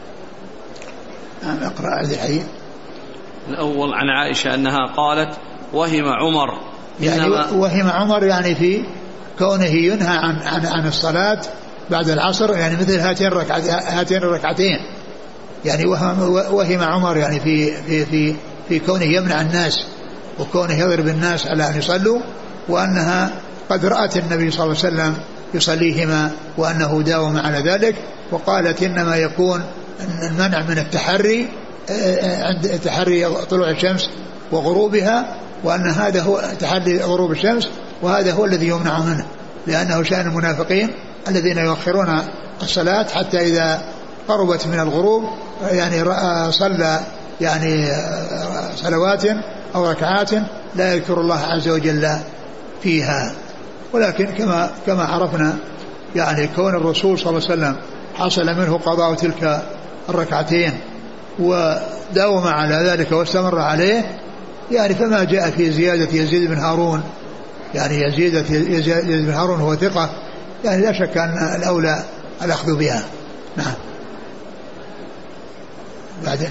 Speaker 2: اقرأ هذه الحديث.
Speaker 1: الأول عن عائشة أنها قالت وهم عمر،
Speaker 2: يعني وهم عمر يعني في كونه ينهى عن الصلاة بعد العصر، يعني مثل هاتين الركعتين. يعني وهم عمر يعني في كونه يمنع الناس وكونه يضرب الناس على أن يصلوا، وأنها قد رأت النبي صلى الله عليه وسلم يصليهما وأنه داوم على ذلك. وقالت إنما يكون المنع من التحري عند تحري طلوع الشمس وغروبها، وأن هذا هو تحري غروب الشمس، وهذا هو الذي يمنع منه، لأنه شأن المنافقين الذين يؤخرون الصلاة حتى إذا قربت من الغروب يعني صلى يعني صلوات أو ركعات لا يذكر الله عز وجل فيها. ولكن كما عرفنا يعني كون الرسول صلى الله عليه وسلم حصل منه قضاء تلك الركعتين وداوم على ذلك واستمر عليه، يعني فما جاء في زيادة يزيد بن هارون، يعني يزيد بن هارون هو ثقة، يعني لا شك أن الأولى الأخذ بها. نعم. بعده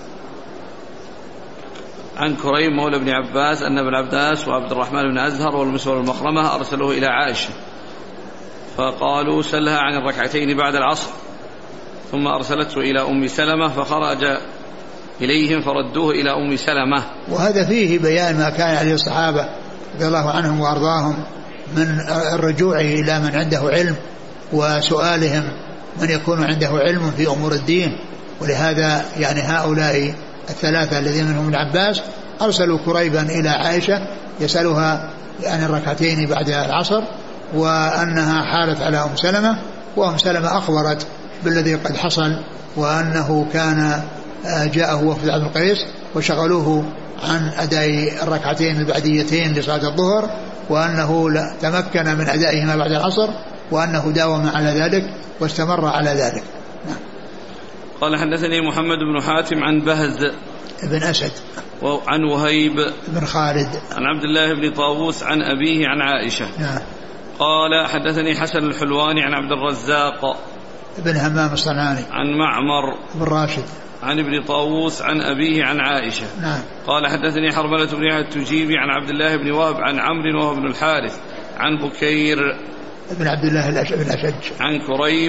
Speaker 1: عن كريم مولى بن عباس أن ابن عباس وعبد الرحمن بن أزهر والمسور المخرمة أرسلوه إلى عائشة فقالوا سلها عن الركعتين بعد العصر، ثم أرسلته إلى أم سلمة فخرج إليهم فردوه إلى أم سلمة.
Speaker 2: وهذا فيه بيان ما كان عليه الصحابة رضي الله عنهم وأرضاهم من الرجوع إلى من عنده علم وسؤالهم من يكون عنده علم في أمور الدين. ولهذا يعني هؤلاء الثلاثة الذين منهم ابن عباس أرسلوا كريبا إلى عائشة يسألها عن الركعتين بعد العصر، وأنها حالت على أم سلمة، وأم سلمة أخبرت بالذي قد حصل، وأنه كان جاءه وفد عبد القيس وشغلوه عن أداء الركعتين البعديتين لصلاة الظهر، وأنه تمكن من أدائهما بعد العصر، وأنه داوم على ذلك واستمر على ذلك.
Speaker 1: قال حدثني محمد بن حاتم عن بهز
Speaker 2: بن أسد
Speaker 1: وعن وهيب
Speaker 2: بن خالد
Speaker 1: عن عبد الله بن طاووس عن أبيه عن عائشة. قال حدثني حسن الحلواني عن عبد الرزاق
Speaker 2: بن همام الصنعاني
Speaker 1: عن معمر
Speaker 2: بن راشد
Speaker 1: عن ابن طاووس عن أبيه عن عائشة. قال حدثني حرملة بن يحيى التجيبي عن عبد الله بن وهب عن عمرو وهو بن الحارث عن بكير
Speaker 2: بن عبد الله بن الأشج
Speaker 1: عن كريب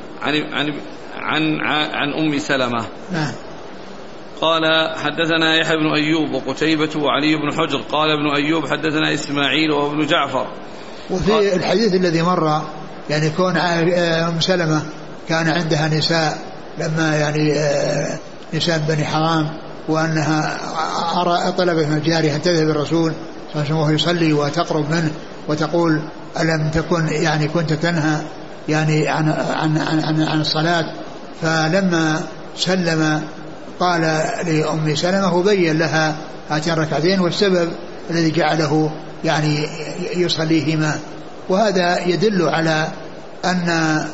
Speaker 1: عن أم سلمة. قال حدثنا يحيى بن أيوب وقتيبة وعلي بن حجر. قال ابن أيوب حدثنا إسماعيل وهو ابن جعفر.
Speaker 2: وفي الحديث الذي مر يعني كون أم سلمة كان عندها نساء لما يعني نساء بني حرام، وأنها طلبت من الجارية أن تذهب الرسول صلى الله عليه وسلم وهو يصلي وتقرب منه وتقول ألم تكن يعني كنت تنهى يعني عن الصلاة. فلما سلم قال لأم سلمة وبين لها هاتين الركعتين والسبب الذي جعله يعني يصليهما. وهذا يدل على أن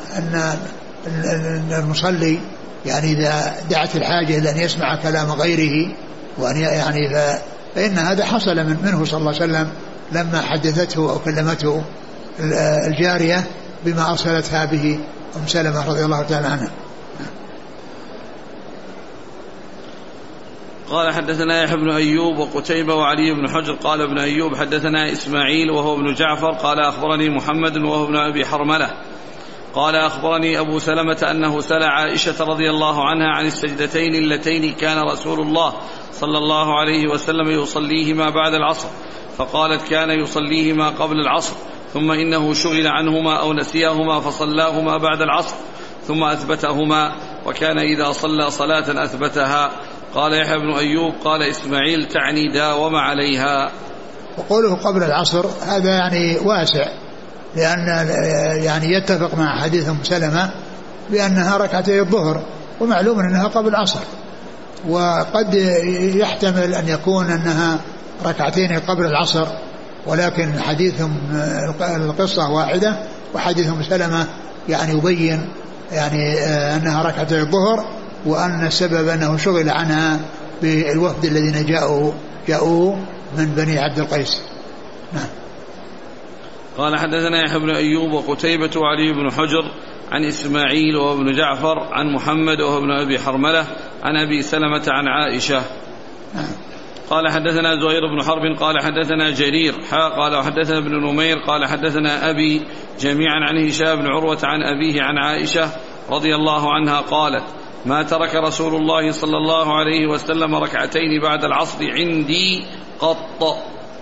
Speaker 2: المصلي يعني إذا دعت الحاجة إلى أن يسمع كلام غيره وأن يعني فإن هذا حصل منه صلى الله عليه وسلم لما حدثته أو كلمته الجارية بما أرسلتها به أم سلمة رضي الله تعالى عنها.
Speaker 1: قال حدثنا يحيى بن أيوب وقتيبة وعلي بن حجر. قال ابن أيوب حدثنا إسماعيل وهو ابن جعفر. قال أخبرني محمد وهو ابن أبي حرملة. قال أخبرني أبو سلمة أنه سأل عائشة رضي الله عنها عن السجدتين اللتين كان رسول الله صلى الله عليه وسلم يصليهما بعد العصر، فقالت كان يصليهما قبل العصر ثم إنه شغل عنهما أو نسيهما فصلاهما بعد العصر ثم أثبتهما، وكان إذا صلى صلاة أثبتها. قال يحيى بن أيوب قال إسماعيل تعني داوم عليها.
Speaker 2: وقوله قبل العصر هذا يعني واسع، لأن يعني يتفق مع حديث أم سلمة بأنها ركعتي الظهر، ومعلوم أنها قبل العصر، وقد يحتمل أن يكون أنها ركعتين قبل العصر، ولكن حديثهم القصة واحدة، وحديث أم سلمة يعني يبين يعني أنها ركعتي الظهر، وأن السبب أنه شغل عنها بالوفد الذين جاءوا من بني عبد القيس. نعم.
Speaker 1: قال حدثنا يحيى بن أيوب وقتيبة وعلي بن حجر عن إسماعيل وابن جعفر عن محمد وهو ابن أبي حرملة عن أبي سلمة عن عائشة. قال حدثنا زهير بن حرب قال حدثنا جرير قال وحدثنا ابن نمير قال حدثنا أبي جميعا عن هشام بن عروة عن أبيه عن عائشة رضي الله عنها قالت: ما ترك رسول الله صلى الله عليه وسلم ركعتين بعد العصر عندي قط.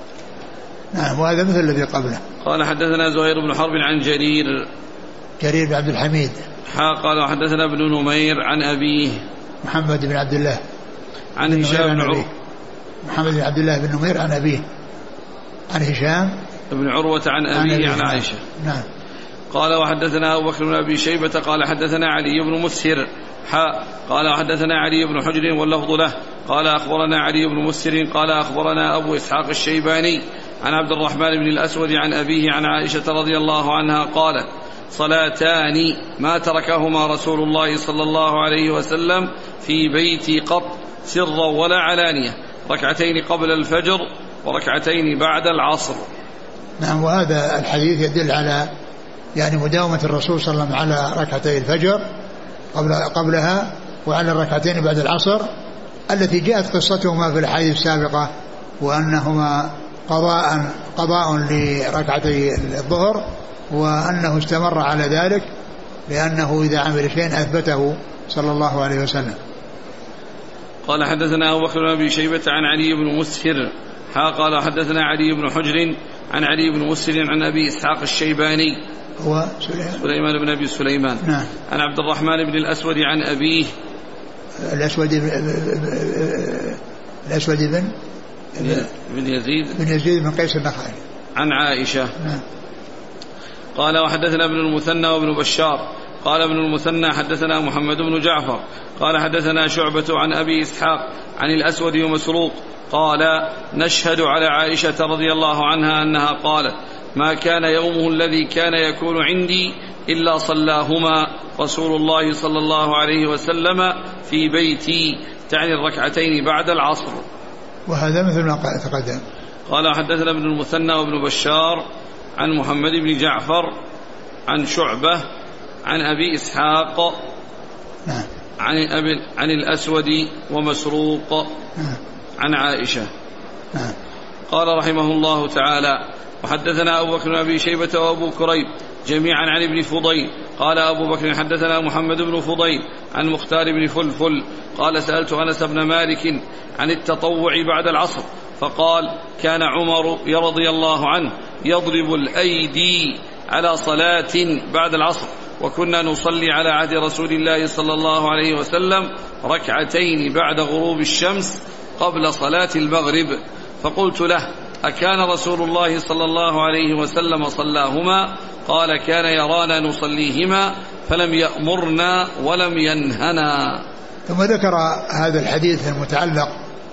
Speaker 2: نعم. وهذا مثل الذي قبله.
Speaker 1: قال حدثنا زهير بن حرب عن جرير
Speaker 2: بن عبد الحميد
Speaker 1: قال وحدثنا ابن نمير عن أبيه
Speaker 2: محمد بن عبد الله
Speaker 1: عن هشام بن عروة.
Speaker 2: محمد بن عبد الله بن نمير عن أبيه عن هشام
Speaker 1: بن عروة عن أبيه عن عائشة.
Speaker 2: نعم.
Speaker 1: قال وحدثنا أبو بكر بن أبي شيبة قال حدثنا علي بن مسهر قال وحدثنا علي بن حجر واللفظ له قال أخبرنا علي بن مسهر قال أخبرنا أبو إسحاق الشيباني عن عبد الرحمن بن الأسود عن أبيه عن عائشة رضي الله عنها قالت: صلاتان ما تركهما رسول الله صلى الله عليه وسلم في بيتي قط سرا ولا علانية، ركعتين قبل الفجر وركعتين بعد العصر.
Speaker 2: نعم. وهذا الحديث يدل على يعني مداومة الرسول صلى الله عليه وسلم على ركعتي الفجر قبلها وعلى الركعتين بعد العصر التي جاءت قصتهما في الحديث السابقة، وأنهما قضاء لركعتي الظهر، وأنه استمر على ذلك لأنه إذا عمل شيء أثبته صلى الله عليه وسلم.
Speaker 1: قال حدثنا أبو بكر بن أبي شيبة عن علي بن مسهر قال حدثنا علي بن حجر عن علي بن مسهر عن أبي إسحاق الشيباني
Speaker 2: هو
Speaker 1: سليمان بن أبي سليمان.
Speaker 2: نعم.
Speaker 1: عن عبد الرحمن بن الأسود عن أبيه
Speaker 2: الأسود
Speaker 1: بن
Speaker 2: يزيد بن قيس النخعي
Speaker 1: عن عائشة.
Speaker 2: نعم.
Speaker 1: قال وحدثنا ابن المثنى وابن بشار قال ابن المثنى حدثنا محمد بن جعفر قال حدثنا شعبة عن أبي إسحاق عن الأسود ومسروق قال: نشهد على عائشة رضي الله عنها أنها قالت: ما كان يومه الذي كان يكون عندي إلا صلاهما رسول الله صلى الله عليه وسلم في بيتي، تعني الركعتين بعد العصر.
Speaker 2: وهذا مثل ما تقدم.
Speaker 1: قال حدثنا ابن المثنى وابن بشار عن محمد بن جعفر عن شعبة عن أبي إسحاق
Speaker 2: نعم.
Speaker 1: عن الأسود ومسروق
Speaker 2: نعم.
Speaker 1: عن عائشة.
Speaker 2: نعم.
Speaker 1: قال رحمه الله تعالى: وحدثنا أبو بكر بن أبي شيبة وأبو كريب جميعا عن ابن فضيل قال أبو بكر حدثنا محمد بن فضيل عن مختار بن فلفل قال: سألت أنس بن مالك عن التطوع بعد العصر فقال: كان عمر رضي الله عنه يضرب الأيدي على صلاة بعد العصر، وكنا نصلي على عهد رسول الله صلى الله عليه وسلم ركعتين بعد غروب الشمس قبل صلاة المغرب. فقلت له: أكان رسول الله صلى الله عليه وسلم صلاهما؟ قال: كان يرانا نصليهما فلم يأمرنا ولم ينهنا.
Speaker 2: ثم ذكر هذا الحديث المتعلق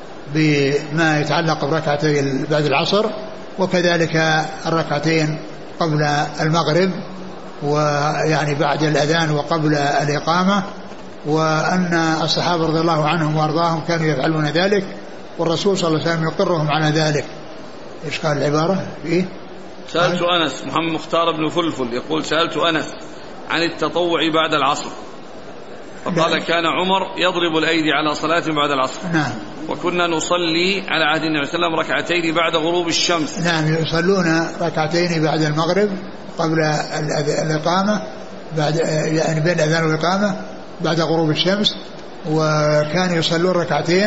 Speaker 2: بما يتعلق بركعتي بعد العصر، وكذلك الركعتين قبل المغرب، ويعني بعد الأذان وقبل الإقامة، وأن الصحابة رضي الله عنهم وأرضاهم كانوا يفعلون ذلك، والرسول صلى الله عليه وسلم يقرهم على ذلك. إيش قال العبارة فيه؟
Speaker 1: سألت أنس محمد مختار بن فلفل يقول: سألت أنس عن التطوع بعد العصر فقال: كان عمر يضرب الأيدي على صلاة بعد العصر.
Speaker 2: نعم.
Speaker 1: وكنا نصلي على عهد النبي صلى الله عليه وسلم ركعتين بعد غروب الشمس.
Speaker 2: نعم، يصلون ركعتين بعد المغرب قبل الإقامة، بعد يعني بين الأذان والإقامة بعد غروب الشمس، وكانوا يصلون ركعتين.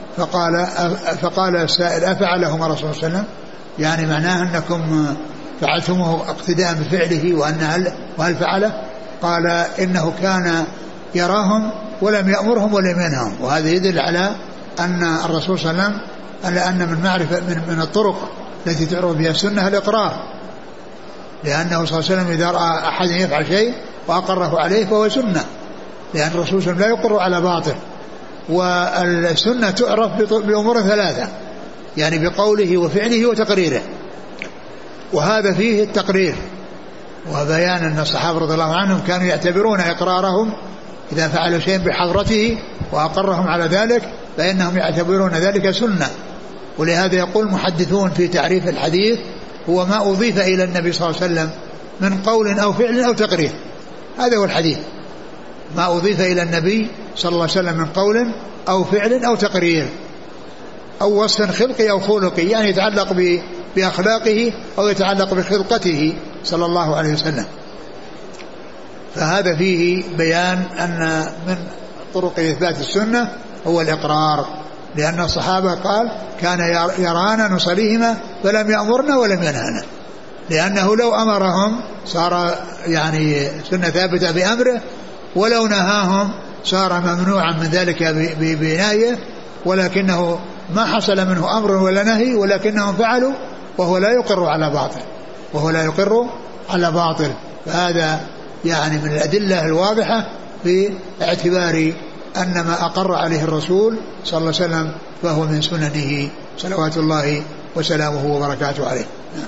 Speaker 2: فقال السائل: أفعلهما رسول الله صلى الله عليه وسلم؟ يعني معناه أنكم فعلتموه اقتداء بفعله، وهل فعله؟ قال: إنه كان يراهم ولم يأمرهم ولم ينههم. وهذا يدل على أن الرسول صلى الله عليه وسلم على أن من معرفة من الطرق التي تعرف بها السنة الإقرار، لأنه صلى الله عليه وسلم إذا رأى أحد يفعل شيء وأقره عليه فهو سنة، لأن الرسول صلى الله عليه وسلم لا يقر على باطل. والسنة تعرف بأمور ثلاثة، يعني بقوله وفعله وتقريره، وهذا فيه التقرير وبيان أن الصحابة رضي الله عنهم كانوا يعتبرون إقرارهم إذا فعلوا شيء بحضرته وأقرهم على ذلك فإنهم يعتبرون ذلك سنة. ولهذا يقول المحدثون في تعريف الحديث هو ما أضيف إلى النبي صلى الله عليه وسلم من قول أو فعل أو تقرير، هذا هو الحديث، ما أضيف إلى النبي صلى الله عليه وسلم من قول أو فعل أو تقرير أو وصف خلقي أو خلقي، يعني يتعلق بأخلاقه أو يتعلق بخلقته صلى الله عليه وسلم. فهذا فيه بيان أن من طرق إثبات السنة هو الإقرار، لأن الصحابة قال كان يرانا نصليهما فلم يأمرنا ولم ينهنا، لأنه لو أمرهم صار يعني سنة ثابتة بأمره، ولو نهاهم صار ممنوعا من ذلك بنهيه، ولكنه ما حصل منه أمر ولا نهي ولكنهم فعلوا وهو لا يقر على باطل. فهذا يعني من الأدلة الواضحة في اعتبار أن ما أقر عليه الرسول صلى الله عليه وسلم فهو من سننه صلوات الله وسلامه وبركاته عليه.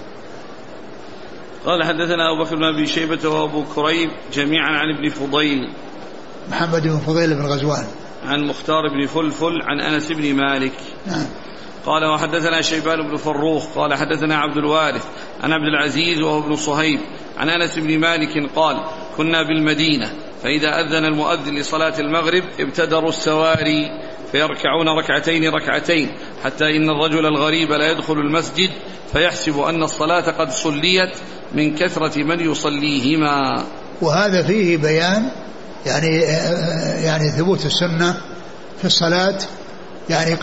Speaker 1: قال حدثنا أبو بكر بن أبي شيبة وأبو كريب جميعا عن ابن فضيل
Speaker 2: محمد بن فضيل بن غزوان
Speaker 1: عن مختار بن فلفل عن أنس بن مالك. قال وحدثنا شيبان بن فروخ قال حدثنا عبد الوارث عن عبد العزيز وهو ابن صهيب عن أنس بن مالك قال كنا بالمدينة فإذا أذن المؤذن لصلاة المغرب ابتدروا السواري فيركعون ركعتين حتى إن الرجل الغريب لا يدخل المسجد فيحسب أن الصلاة قد صليت من كثرة من يصليهما.
Speaker 2: وهذا فيه بيان يعني ثبوت السنة في الصلاة يعني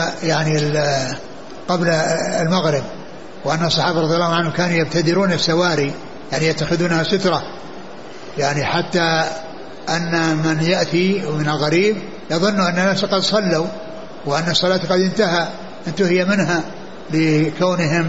Speaker 2: قبل المغرب، وأن الصحابة رضي الله عنهم كانوا يبتدرون السواري يعني يتخذونها سترة، يعني حتى أن من يأتي من الغريب يظن أن الناس قد صلوا وأن الصلاة قد انتهي منها لكونهم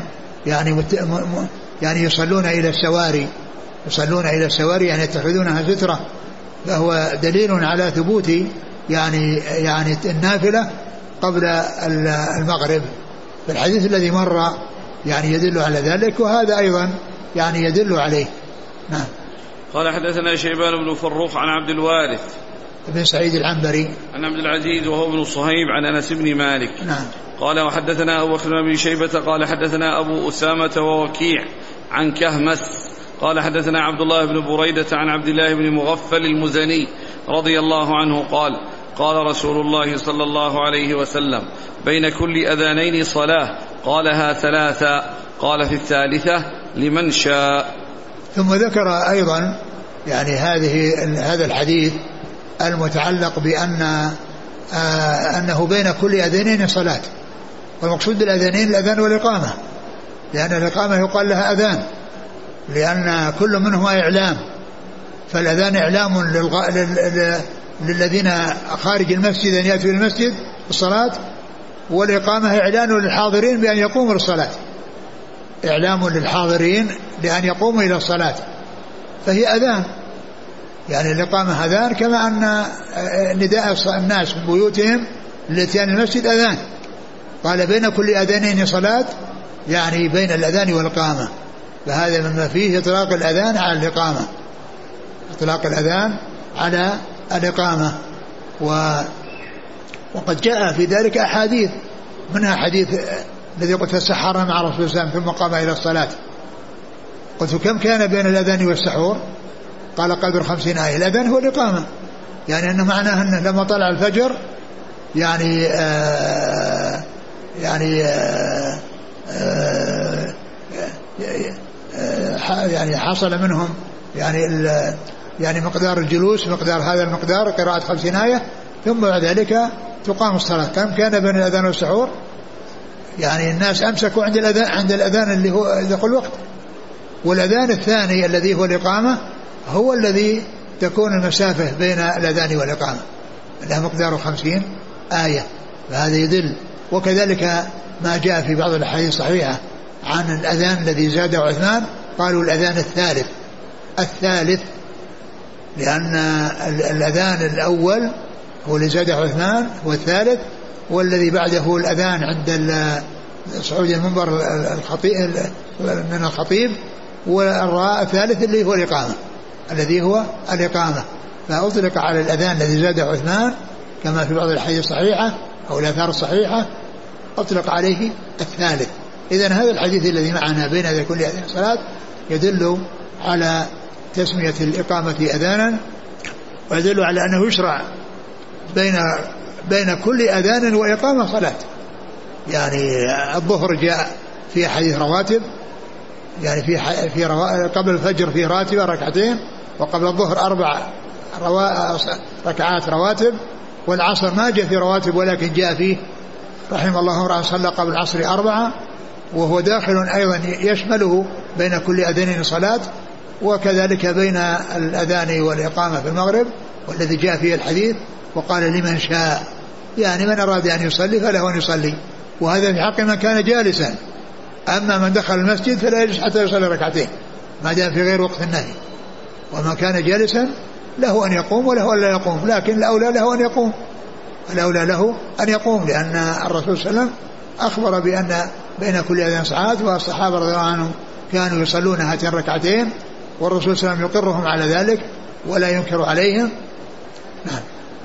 Speaker 2: يعني يصلون إلى السواري يعني يتخذونها سترة. فهو دليل على ثبوت يعني النافلة قبل المغرب. فالحديث الذي مر يعني يدل على ذلك، وهذا أيضا يعني يدل عليه. نعم.
Speaker 1: قال حدثنا شيبان بن فروخ عن عبد الوارث
Speaker 2: بن سعيد العنبري
Speaker 1: عن عبد العزيز وهو ابن صهيب عن أنس بن مالك.
Speaker 2: نعم.
Speaker 1: قال وحدثنا أبو بكر بن أبي شيبة قال حدثنا أبو أسامة ووكيع عن كهمس قال حدثنا عبد الله بن بريدة عن عبد الله بن مغفل المزني رضي الله عنه قال قال رسول الله صلى الله عليه وسلم بين كل أذانين صلاة قالها ثلاثا قال في الثالثة لمن شاء.
Speaker 2: ثم ذكر أيضا يعني هذا الحديث المتعلق بأن أنه بين كل أذانين صلاة، والمقصود بالأذانين الأذان والإقامة، لأن الإقامة يقال لها أذان لأن كل منهما إعلام، فالأذان إعلام للذين خارج المسجد أن يأتوا إلى المسجد الصلاة، والإقامة إعلان للحاضرين بأن يقوموا للصلاة، إعلام للحاضرين بأن يقوموا إلى الصلاة، فهي أذان. يعني الإقامة أذان كما أن نداء الناس من بيوتهم لاتيان المسجد أذان. قال بين كل أذانين صلاة يعني بين الأذان والإقامة، فهذا مما فيه إطلاق الأذان على الإقامة، إطلاق الأذان على الإقامة. وقد جاء في ذلك أحاديث، منها حديث الذي قلت فسحرنا مع رسول الله صلى الله عليه وسلم ثم قام إلى الصلاة، قلت كم كان بين الأذان والسحور؟ قال قدر 50 آية. الأذان هو الإقامة، يعني أنه معناه أنه لما طلع الفجر يعني حصل منهم يعني مقدار الجلوس، مقدار هذا المقدار قراءة 50 آية، ثم بعد ذلك تقام الصلاة. كم كان بين الأذان والسحور؟ يعني الناس أمسكوا عند الأذان اللي هو دخل الوقت، والأذان الثاني الذي هو الإقامة هو الذي تكون المسافة بين الأذان والإقامة، له مقدار 50 آية، فهذا يدل. وكذلك ما جاء في بعض الأحاديث الصحيحة عن الأذان الذي زاده عثمان قالوا الأذان الثالث لأن الأذان الأول هو اللي زاده عثمان، والثالث والذي بعده الأذان عند صعود المنبر من الخطيب، والثالث اللي هو الإقامة الذي هو الإقامة. فأطلق على الأذان الذي زاده عثمان كما في بعض الحديث الصحيحة أو الآثار الصحيحة أطلق عليه الثالث. إذن هذا الحديث الذي معنا بين كل أذان صلاة يدل على تسمية الإقامة أذانا، ويدل على أنه يشرع بين كل أذان وإقامة صلاة. يعني الظهر جاء في حديث رواتب، يعني في قبل الفجر في راتبة ركعتين، وقبل الظهر 4 ركعات رواتب، والعصر ما جاء في رواتب ولكن جاء فيه رحم الله امرأ صلى قبل العصر 4، وهو داخل أيضا يشمله بين كل أذان صلاة، وكذلك بين الأذان والإقامة في المغرب والذي جاء فيه الحديث وقال لمن شاء، يعني من أراد أن يصلي فله أن يصلي، وهذا في حق من كان جالسا. أما من دخل المسجد فلا يجلس حتى يصلي ركعتين ما دام في غير وقت النهي، ومن كان جالسا له أن يقوم وله أن لا يقوم، لكن الأولى له أن يقوم، الأولى له أن يقوم، لأن الرسول صلى الله عليه وسلم أخبر بأن بين كل أذان ساعات، والصحابة رضي الله عنهم كانوا يصلون هاتين الركعتين، والرسول صلى الله عليه وسلم يقرهم على ذلك ولا ينكر عليهم. نعم.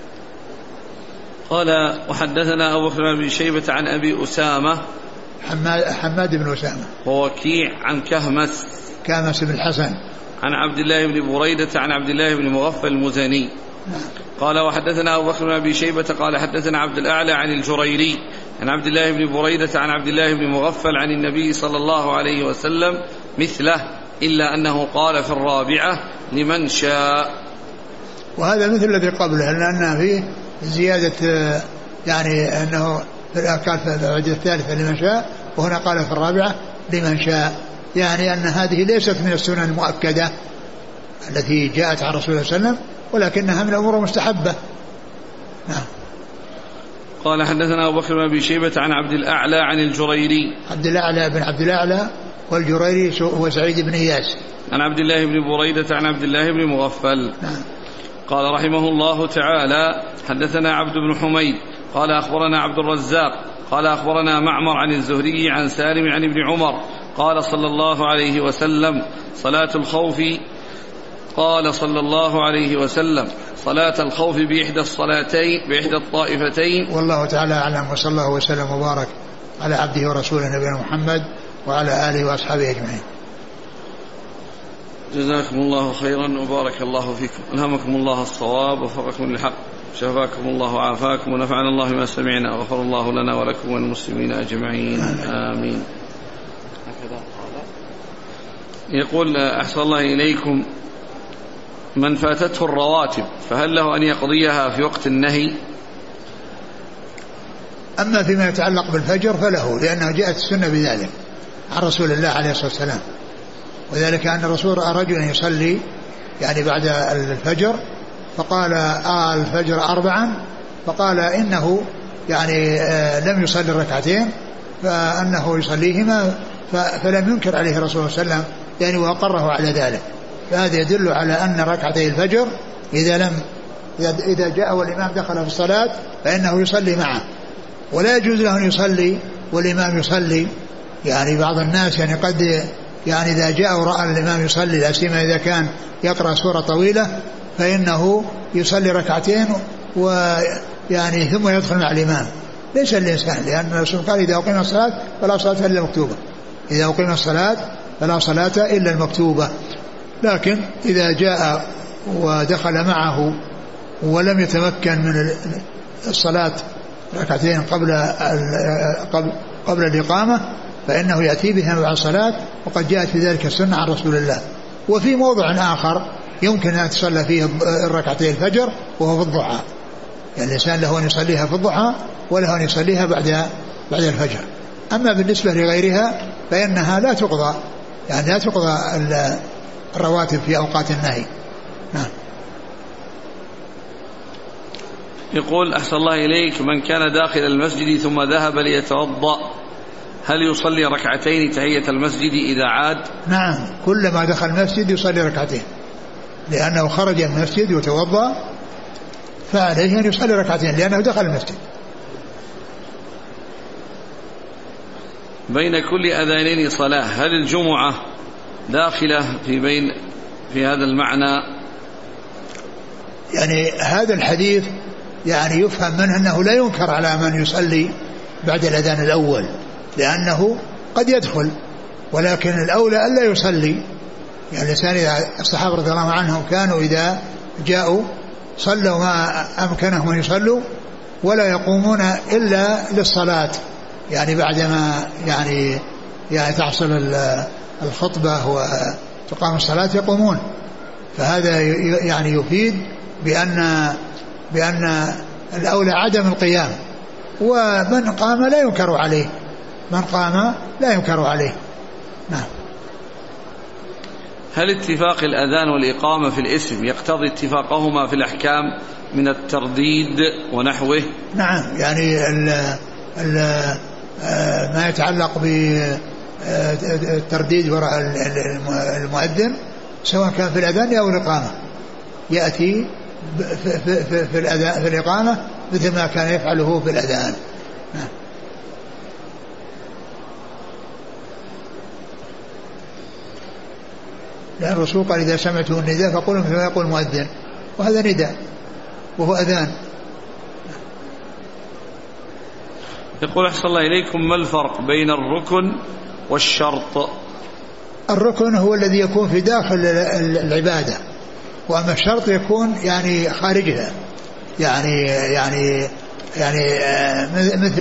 Speaker 1: قال وحدثنا أبو بكر بن شيبة عن أبي أسامة
Speaker 2: حماد بن أسامة
Speaker 1: ووكيع عن كهمس
Speaker 2: بن الحسن
Speaker 1: عن عبد الله بن بريدة عن عبد الله بن مغفل المزني. قال وحدثنا أبو بكر بن أبي شيبة قال حدثنا عبد الأعلى عن الجريري عن عبد الله بن بريدة عن عبد الله بن مغفل عن النبي صلى الله عليه وسلم مثله، إلا أنه قال في الرابعة لمن شاء.
Speaker 2: وهذا مثل الذي قبله، لأن فيه زيادة، يعني أنه قال في العدة الثالثة لمن شاء، وهنا قال في الرابعة لمن شاء، يعني أن هذه ليست من السنن المؤكدة التي جاءت عن رسول الله صلى الله عليه وسلم، ولكنها من الأمور المستحبة. نعم.
Speaker 1: قال حدثنا أبو بكر بن أبي شيبة عن عبد الأعلى عن الجريري
Speaker 2: عبد الأعلى بن عبد الأعلى، والجريري هو سعيد بن إياس
Speaker 1: عن عبد الله بن بريدة عن عبد الله بن مغفل.
Speaker 2: نعم.
Speaker 1: قال رحمه الله تعالى حدثنا عبد بن حميد قال أخبرنا عبد الرزاق قال أخبرنا معمر عن الزهري عن سالم عن ابن عمر قال صلى الله عليه وسلم صلاة الخوف، قال صلى الله عليه وسلم صلاة الخوف بإحدى الطائفتين.
Speaker 2: والله تعالى أعلم، وصلى الله وسلم وبارك على عبده ورسوله نبينا محمد وعلى آله وأصحابه أجمعين.
Speaker 1: جزاكم الله خيرا وبارك الله فيكم، ألهمكم الله الصواب ووفقكم للحق، شفاكم الله وعافاكم، ونفعنا الله ما سمعنا، وغفر الله لنا ولكم والمسلمين أجمعين، آمين. يقول أحسن الله إليكم، من فاتته الرواتب فهل له أن يقضيها في وقت النهي؟
Speaker 2: أما فيما يتعلق بالفجر فله، لأنه جاءت السنة بذلك عن رسول الله عليه الصلاة والسلام، وذلك أن الرسول رأى رجلا يصلي يعني بعد الفجر، فقال الفجر 4، فقال إنه يعني لم يصلي الركعتين فأنه يصليهما، فلم ينكر عليه الرسول صلى الله عليه وسلم يعني وأقره على ذلك. فهذا يدل على أن ركعتي الفجر إذا جاء والإمام دخل في الصلاة فإنه يصلي معه، ولا يجوز له أن يصلي والإمام يصلي. يعني بعض الناس يعني قد يعني إذا جاء ورأى الإمام يصلي، لا سيما إذا كان يقرأ سورة طويلة، فإنه يصلي ركعتين ويعني ثم يدخل مع الإمام. ليس الإنسان، لأن الرسول قال إذا أقيم الصلاة فلا صلاة إلا المكتوبة، إذا أقيم الصلاة فلا صلاة إلا المكتوبة. لكن إذا جاء ودخل معه ولم يتمكن من الصلاة ركعتين قبل الإقامة فإنه يأتي بها مع الصلاة، وقد جاءت في ذلك السنة عن رسول الله. وفي موضع آخر يمكن أن تصلى فيه الركعتين الفجر وهو في الضحى، يعني الإنسان له أن يصليها في الضحى وله أن يصليها بعد الفجر. أما بالنسبة لغيرها فإنها لا تقضى، يعني لا تقضى الرواتب في أوقات النهي. نعم.
Speaker 1: يقول أحسن الله إليك، من كان داخل المسجد ثم ذهب ليتوضأ هل يصلي ركعتين تحية المسجد إذا عاد؟
Speaker 2: نعم، كلما دخل المسجد يصلي ركعتين، لأنه خرج من المسجد وتوضأ فعليه أن يصلي ركعتين لأنه دخل المسجد.
Speaker 1: بين كل أذانين صلاة، هل الجمعة داخلة في هذا المعنى؟
Speaker 2: يعني هذا الحديث يعني يفهم منه أنه لا ينكر على من يصلي بعد الأذان الأول، لأنه قد يدخل، ولكن الأولى ألا يصلي. يعني الإنسان إذا الصحابة رضي الله عنهم كانوا إذا جاءوا صلوا ما أمكنهم أن يصلوا ولا يقومون إلا للصلاة، يعني بعدما يعني تحصل الخطبة وتقام الصلاة يقومون. فهذا يعني يفيد بأن الأولى عدم القيام، ومن قام لا ينكر عليه، من قام لا ينكر عليه. نعم.
Speaker 1: هل اتفاق الأذان والإقامة في الاسم يقتضي اتفاقهما في الأحكام من الترديد ونحوه؟
Speaker 2: نعم، يعني ما يتعلق بالترديد وراء المؤذن سواء كان في الأذان أو الإقامة يأتي في الإقامة مثل ما كان يفعله في الأذان. نعم. لأن الرسول قال إذا سمعتم النداء فقولوا مثل ما يقول المؤذن، وهذا نداء وهو أذان.
Speaker 1: يقول أحسن الله إليكم، ما الفرق بين الركن والشرط؟
Speaker 2: الركن هو الذي يكون في داخل العبادة، وأما الشرط يكون يعني خارجها، يعني مثل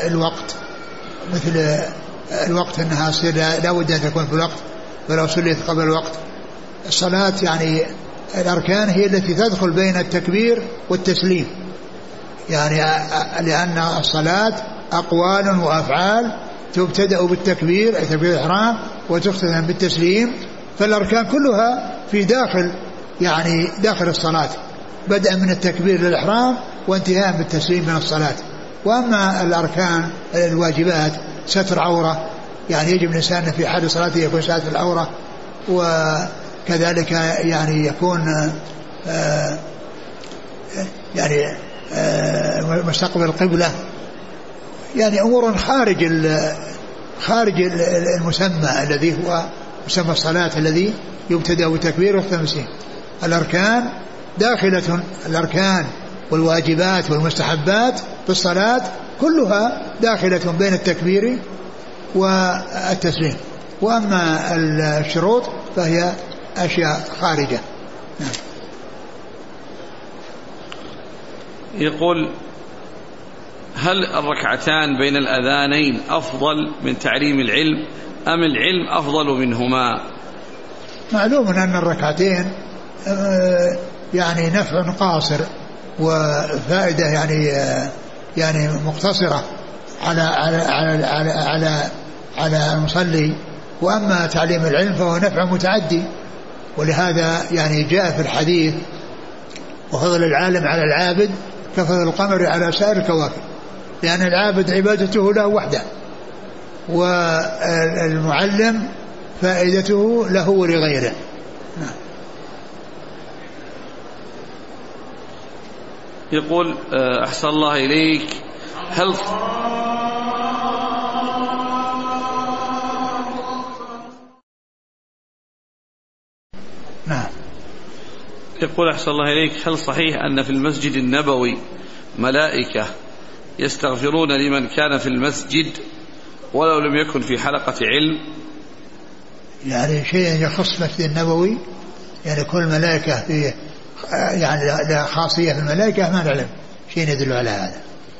Speaker 2: الوقت أنها تصير لا بد أن تكون في الوقت ولو صليت قبل الوقت. الصلاة يعني الأركان هي التي تدخل بين التكبير والتسليم، يعني لأن الصلاة أقوال وأفعال تبتدأ بالتكبير أي تكبير الإحرام وتختتم بالتسليم، فالأركان كلها في داخل الصلاة، بدءا من التكبير للإحرام وانتهاء بالتسليم من الصلاة. وأما الأركان الواجبات ستر عورة، يعني يجب الإنسان في حال صلاته يكون ساتر العورة، وكذلك يعني يكون مستقبل القبلة، يعني أمور خارج المسمى الذي هو مسمى الصلاة الذي يبتدأ بالتكبير والتسليم. الأركان داخلة، الأركان والواجبات والمستحبات في الصلاة كلها داخلة بين التكبير والتسليم، وأما الشروط فهي أشياء خارجة.
Speaker 1: يقول هل الركعتان بين الأذانين أفضل من تعليم العلم أم العلم أفضل منهما؟
Speaker 2: معلوم أن الركعتين يعني نفع قاصر وفائدة يعني مقتصرة على المصلي، وأما تعليم العلم فهو نفع متعدي. ولهذا يعني جاء في الحديث وفضل العالم على العابد كفضل القمر على سائر الكواكب، لأن العابد عبادته له وحده، والمعلم فائدته له ولغيره.
Speaker 1: يقول أحسن الله إليك، هل يقول أحسن الله إليك، هل صحيح أن في المسجد النبوي ملائكة يستغفرون لمن كان في المسجد ولو لم يكن في حلقة علم؟
Speaker 2: يعني شيء يخص المسجد النبوي، يعني كل ملائكة فيه يعني لا خاصية في الملائكة ما نعلم شيء يدل على هذا.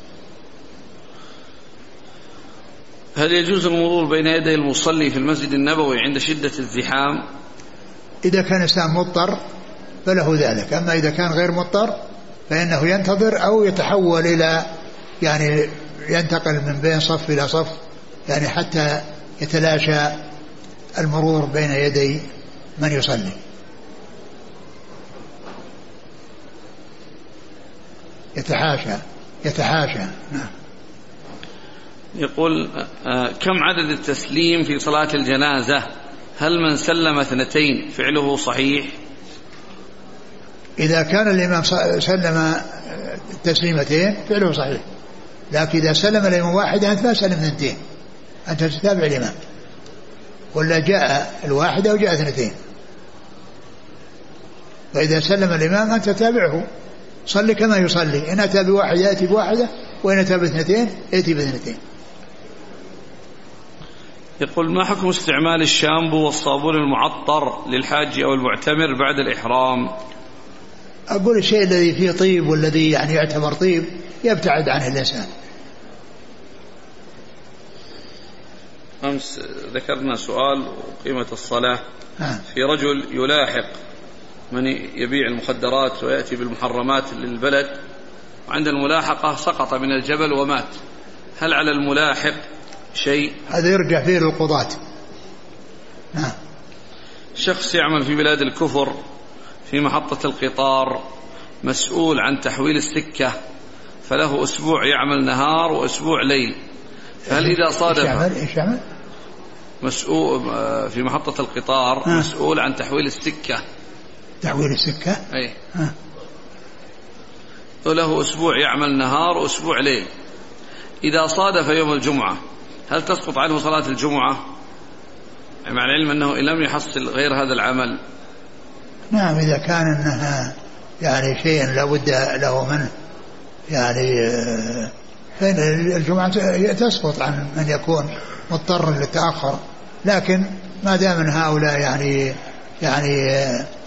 Speaker 1: هل يجوز المرور بين يدي المصلي في المسجد النبوي عند شدة الزحام؟
Speaker 2: إذا كان إنسان مضطر فله ذلك، أما إذا كان غير مضطر فإنه ينتظر أو يتحول إلى يعني ينتقل من بين صف إلى صف، يعني حتى يتلاشى المرور بين يدي من يصلي. يتحاشى. نعم.
Speaker 1: يقول كم عدد التسليم في صلاة الجنازة؟ هل من سلم 2 فعله صحيح؟
Speaker 2: إذا كان الإمام سلم تسليمتين فعله صحيح، لكن إذا سلم الإمام واحدة أنت ما سلم 2، أنت تتابع الإمام، ولا جاء الواحدة وجاء 2. فإذا سلم الإمام أنت تتابعه، صلي كما يصلي، إن أتى بواحدة يأتي بواحدة، وإن أتى ب2 يأتي ب2.
Speaker 1: يقول ما حكم استعمال الشامبو والصابون المعطر للحاج أو المعتمر بعد الإحرام؟
Speaker 2: أقول الشيء الذي فيه طيب والذي يعني يعتبر طيب يبتعد عنه الإنسان.
Speaker 1: أمس ذكرنا سؤال قيمة الصلاة في رجل يلاحق من يبيع المخدرات ويأتي بالمحرمات للبلد، وعند الملاحقة سقط من الجبل ومات، هل على الملاحق شيء؟
Speaker 2: هذا يرجع فيه للقضاة.
Speaker 1: شخص يعمل في بلاد الكفر في محطة القطار مسؤول عن تحويل السكة، فله أسبوع يعمل نهار وأسبوع ليل، فهل إذا صادف مسؤول في محطة القطار مسؤول عن تحويل السكة،
Speaker 2: تحويل السكة
Speaker 1: أي وله أسبوع يعمل نهار وأسبوع ليل، إذا صادف يوم الجمعة هل تسقط عنه صلاة الجمعة مع العلم أنه إن لم يحصل غير هذا العمل؟
Speaker 2: نعم، إذا كان أنها يعني شيء لابد له منه يعني فإن الجمعة تسقط عن من يكون مضطر للتأخر، لكن ما دام من هؤلاء يعني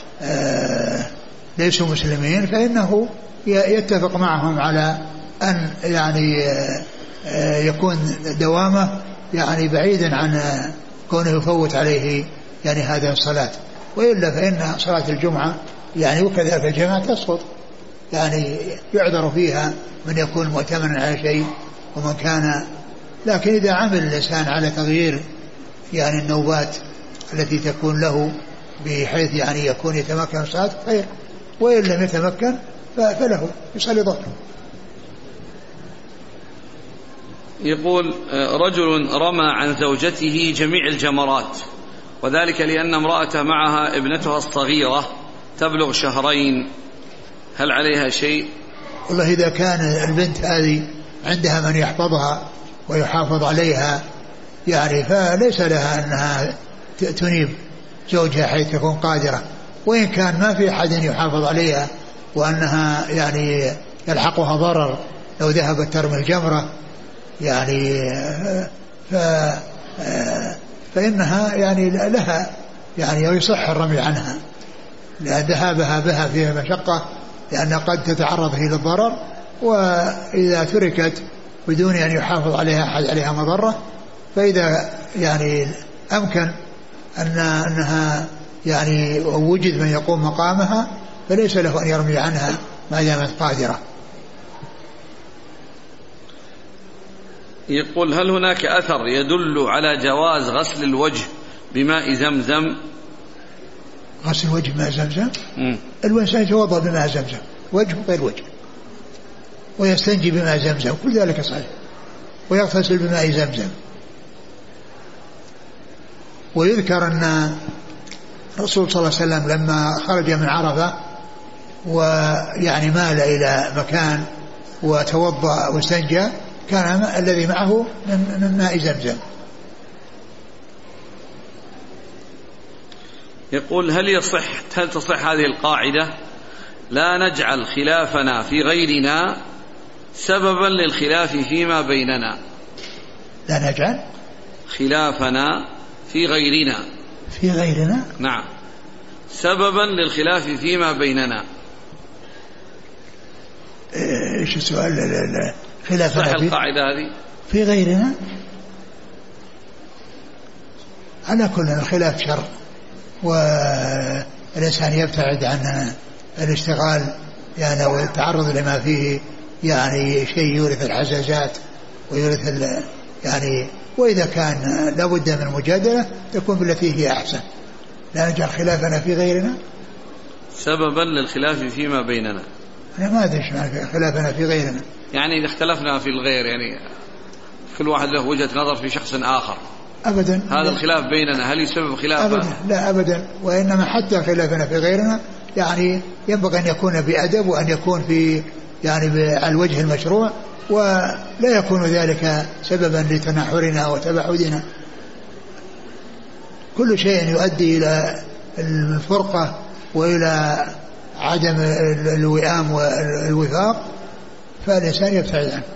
Speaker 2: ليسوا مسلمين فإنه يتفق معهم على أن يعني يكون دوامه يعني بعيدا عن كونه يفوت عليه يعني هذه الصلاة، وإلا فإن صلاة الجمعة يعني وكذلك الجماعة تسقط، يعني يعذر فيها من يكون مؤتمنا على شيء ومن كان، لكن إذا عمل الإنسان على تغيير يعني النوبات التي تكون له بحيث يعني يكون يتمكن صلاة خير، وإن لم يتمكن فله يصلي ظهره.
Speaker 1: يقول رجل رمى عن زوجته جميع الجمرات، وذلك لأن امرأة معها ابنتها الصغيرة تبلغ 2 شهر، هل عليها شيء؟
Speaker 2: والله إذا كان البنت هذه عندها من يحفظها ويحافظ عليها يعني فليس لها أنها تنيب زوجها حيث تكون قادرة، وإن كان ما في أحد يحافظ عليها وأنها يعني يلحقها ضرر لو ذهبت ترمي الجمرة يعني فإنها يعني لها يعني يصح الرمي عنها، لأن ذهابها بها فيها مشقة، لأن قد تتعرض هي للضرر، وإذا تركت بدون أن يحافظ عليها أحد عليها مضرة، فإذا يعني أمكن أنها يعني وجد من يقوم مقامها فليس له أن يرمي عنها ما دامت قادرة.
Speaker 1: يقول هل هناك أثر يدل على جواز غسل الوجه بماء زمزم؟
Speaker 2: غسل الوجه بماء زمزم؟ الإنسان يتوضأ بماء زمزم وجهه غير وجه، ويستنجي بماء زمزم، كل ذلك صحيح، ويغتسل بماء زمزم. ويذكر أن الرسول صلى الله عليه وسلم لما خرج من عرفة ويعني مال إلى مكان وتوضأ واستنجى كان الذي معه من ماء زمزم.
Speaker 1: يقول هل تصح هذه القاعدة لا نجعل خلافنا في غيرنا سببا للخلاف فيما بيننا؟
Speaker 2: لا نجعل
Speaker 1: خلافنا في غيرنا نعم سببا للخلاف فيما بيننا.
Speaker 2: ايش السؤال؟ خلافنا
Speaker 1: صح القاعدة هذه
Speaker 2: في غيرنا؟ على كل الخلاف شر، والإنسان يبتعد عن الاشتغال يعني والتعرض لما فيه يعني شيء يورث الحزازات ويورث يعني، وإذا كان لابد من المجادلة تكون بالتي هي أحسن. لا نجعل خلافنا في غيرنا
Speaker 1: سببا للخلاف فيما بيننا.
Speaker 2: أنا ما أدري إيش معنى خلافنا في غيرنا،
Speaker 1: يعني إذا اختلفنا في الغير يعني كل واحد له وجهة نظر في شخص آخر.
Speaker 2: أبدا.
Speaker 1: هذا الخلاف بيننا هل يسبب خلاف؟
Speaker 2: أبدا لا أبدا، وإنما حتى خلافنا في غيرنا يعني ينبغي أن يكون بأدب وأن يكون في يعني على الوجه المشروع، ولا يكون ذلك سببا لتناحرنا وتباعدنا. كل شيء يؤدي إلى الفرقة وإلى عدم الوئام والوفاق فالإنسان يبتعد عنه.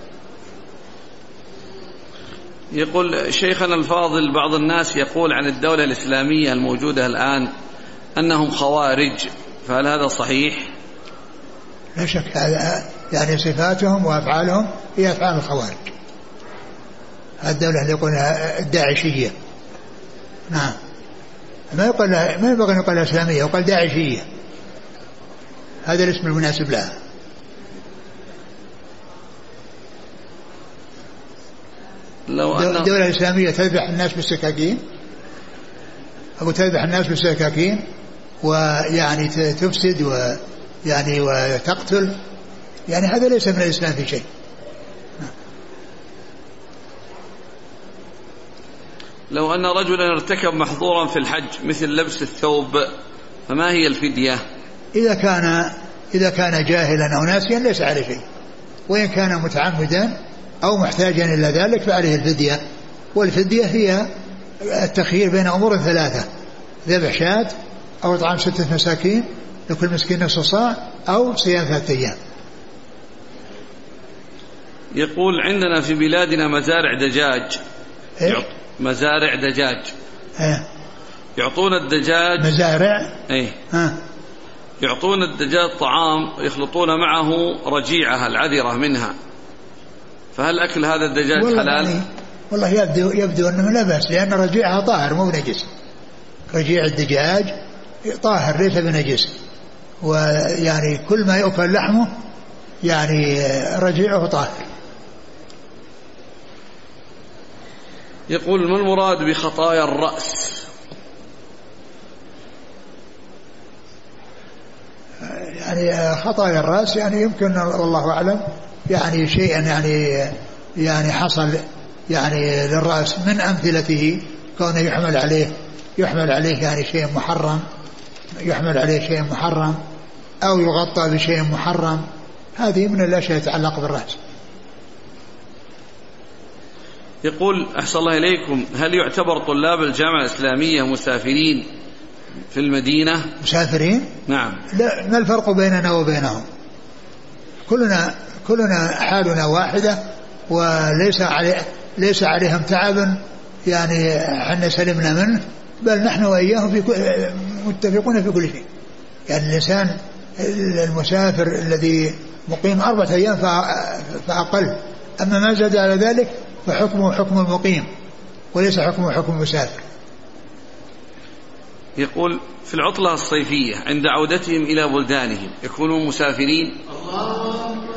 Speaker 1: يقول شيخنا الفاضل بعض الناس يقول عن الدولة الإسلامية الموجودة الآن أنهم خوارج، فهل هذا صحيح؟
Speaker 2: لا شك، هذا يعني صفاتهم وأفعالهم هي أفعال الخوارج. الدولة اللي يقولها الداعشية، نعم، ما ينبغي أن يقال إسلامية، يقال داعشية، هذا الاسم المناسب لها. الدولة الإسلامية تذبح الناس بالسكاكين، أو تذبح الناس بالسكاكين ويعني تفسد ويعني وتقتل، يعني هذا ليس من الإسلام في شيء.
Speaker 1: لو أن رجلا ارتكب محظورا في الحج مثل لبس الثوب فما هي الفدية؟
Speaker 2: إذا كان جاهلا أو ناسيا ليس عليه شيء، وإن كان متعمدا أو محتاجا إلى ذلك فعليه الفدية. والفدية هي التخيير بين أمور ثلاثة: ذبح شاة، أو إطعام 6 مساكين لكل مسكين نصف صاع، أو صيام 3 أيام.
Speaker 1: يقول عندنا في بلادنا مزارع دجاج. مزارع دجاج. يعطون الدجاج
Speaker 2: مزارع.
Speaker 1: يعطون الدجاج طعام ويخلطون معه رجيعها العذرة منها، فهل أكل هذا الدجاج حلال؟
Speaker 2: والله يبدو أنه لا بأس، لأن رجيعها طاهر مو بنجس. رجيع الدجاج طاهر ليس بنجس، ويعني كل ما يؤكل لحمه يعني رجيعه طاهر.
Speaker 1: يقول ما المراد بخطايا الرأس؟
Speaker 2: يعني خطايا الرأس يعني يمكن والله أعلم يعني شيئا يعني حصل يعني للرأس من أمثلته كونه يحمل عليه يعني شيء محرم، يحمل عليه شيء محرم أو يغطى بشيء محرم، هذه من الأشياء يتعلق بالرأس.
Speaker 1: يقول أحسن الله إليكم، هل يعتبر طلاب الجامعة الإسلامية مسافرين في المدينة؟
Speaker 2: مسافرين؟
Speaker 1: نعم.
Speaker 2: لا، ما الفرق بيننا وبينهم؟ كلنا حالنا واحدة، وليس عليهم تعب يعني حنا سلمنا منه، بل نحن وإياهم متفقون في كل شيء. يعني الإنسان المسافر الذي مقيم 4 أيام فأقل، أما ما زاد على ذلك فحكمه حكم المقيم وليس حكمه حكم المسافر.
Speaker 1: يقول في العطلة الصيفية عند عودتهم إلى بلدانهم يكونون مسافرين؟